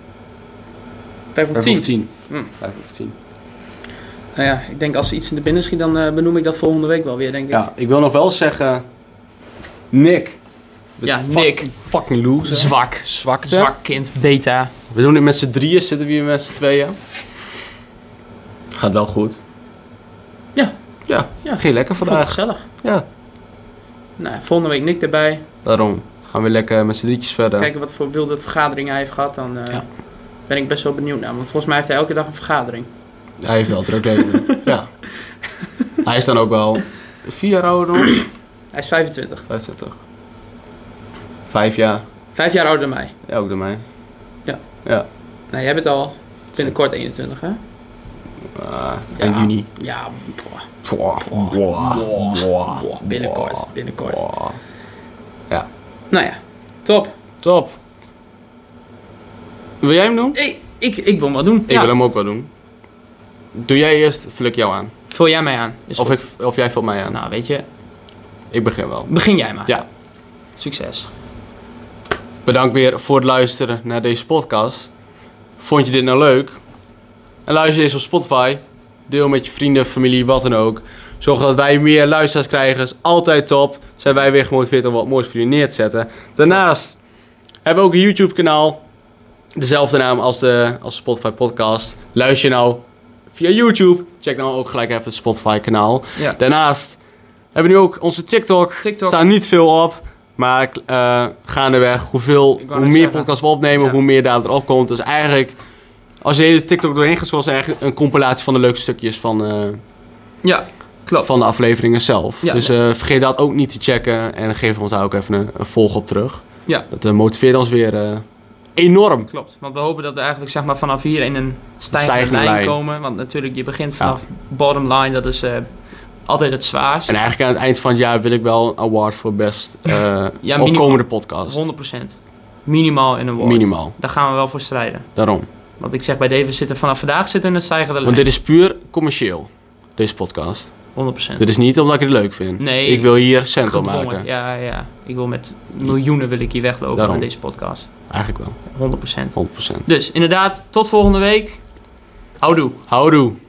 Speaker 1: 5 over 10?
Speaker 2: 5 over 10.
Speaker 1: Nou ja, ik denk als er iets in de binnen schiet, dan benoem ik dat volgende week wel weer, denk ik.
Speaker 2: Ja, ik wil nog wel zeggen... Nick.
Speaker 1: Ja, Nick.
Speaker 2: Fucking loser.
Speaker 1: Zwakte. Zwak kind. Beta.
Speaker 2: We doen dit met z'n drieën, zitten we hier met z'n tweeën. Gaat wel goed.
Speaker 1: Ja.
Speaker 2: Ging lekker vandaag.
Speaker 1: Vond het gezellig.
Speaker 2: Ja.
Speaker 1: Nou, volgende week Nick erbij.
Speaker 2: Daarom. Gaan we lekker met z'n drietjes verder.
Speaker 1: Kijken wat voor wilde vergaderingen hij heeft gehad. Dan ben ik best wel benieuwd naar. Want volgens mij heeft hij elke dag een vergadering.
Speaker 2: Hij heeft wel druk leven. Ja. Hij is dan ook wel 4 jaar ouder dan ons.
Speaker 1: Hij is 25.
Speaker 2: 25. 5 jaar.
Speaker 1: 5 jaar ouder dan mij.
Speaker 2: Ja, ook door mij.
Speaker 1: Ja. Nou, jij bent al binnenkort 21, hè?
Speaker 2: In juni.
Speaker 1: Ja. Binnenkort.
Speaker 2: Ja.
Speaker 1: Nou ja, top.
Speaker 2: Wil jij hem doen?
Speaker 1: Ik wil hem wel doen.
Speaker 2: Ik wil hem ook wel doen. Doe jij eerst, vul ik jou aan.
Speaker 1: Vul jij mij aan.
Speaker 2: Of jij vult mij aan.
Speaker 1: Nou, weet je.
Speaker 2: Ik begin wel.
Speaker 1: Begin jij maar.
Speaker 2: Ja.
Speaker 1: Succes.
Speaker 2: Bedankt weer voor het luisteren naar deze podcast. Vond je dit nou leuk? En luister eens op Spotify. Deel met je vrienden, familie, wat dan ook. Zorg dat wij meer luisteraars krijgen. Is altijd top. Zijn wij weer gemotiveerd om wat moois voor jullie neer te zetten. Daarnaast hebben we ook een YouTube kanaal. Dezelfde naam als de Spotify podcast. Luister je nou via YouTube. Check dan ook gelijk even het Spotify kanaal.
Speaker 1: Ja.
Speaker 2: Daarnaast hebben we nu ook onze TikTok. Staat niet veel op. Maar gaandeweg, hoe meer podcasts we opnemen, hoe meer daar erop komt. Dus eigenlijk, als je deze TikTok doorheen gaat, is het eigenlijk een compilatie van de leuke stukjes van,
Speaker 1: klopt.
Speaker 2: van de afleveringen zelf.
Speaker 1: Ja,
Speaker 2: dus vergeet dat ook niet te checken. En geef ons daar ook even een volg op terug.
Speaker 1: Ja.
Speaker 2: Dat motiveert ons weer enorm.
Speaker 1: Klopt, want we hopen dat we eigenlijk zeg maar, vanaf hier in een stijgende lijn komen. Want natuurlijk, je begint vanaf bottom line, dat is... altijd het zwaarst.
Speaker 2: En eigenlijk aan het eind van het jaar wil ik wel een award voor best opkomende podcast.
Speaker 1: 100%. Minimaal in een award.
Speaker 2: Minimaal.
Speaker 1: Daar gaan we wel voor strijden.
Speaker 2: Daarom.
Speaker 1: Want ik zeg bij David, vanaf vandaag zitten we in het stijgende lijn.
Speaker 2: Want dit is puur commercieel, deze podcast.
Speaker 1: 100%.
Speaker 2: Dit is niet omdat ik het leuk vind.
Speaker 1: Nee.
Speaker 2: Ik wil hier cent op maken.
Speaker 1: Ja. Ik wil met miljoenen wil ik hier weglopen van deze podcast.
Speaker 2: Eigenlijk wel.
Speaker 1: 100%.
Speaker 2: 100%.
Speaker 1: Dus inderdaad, tot volgende week. Houdoe.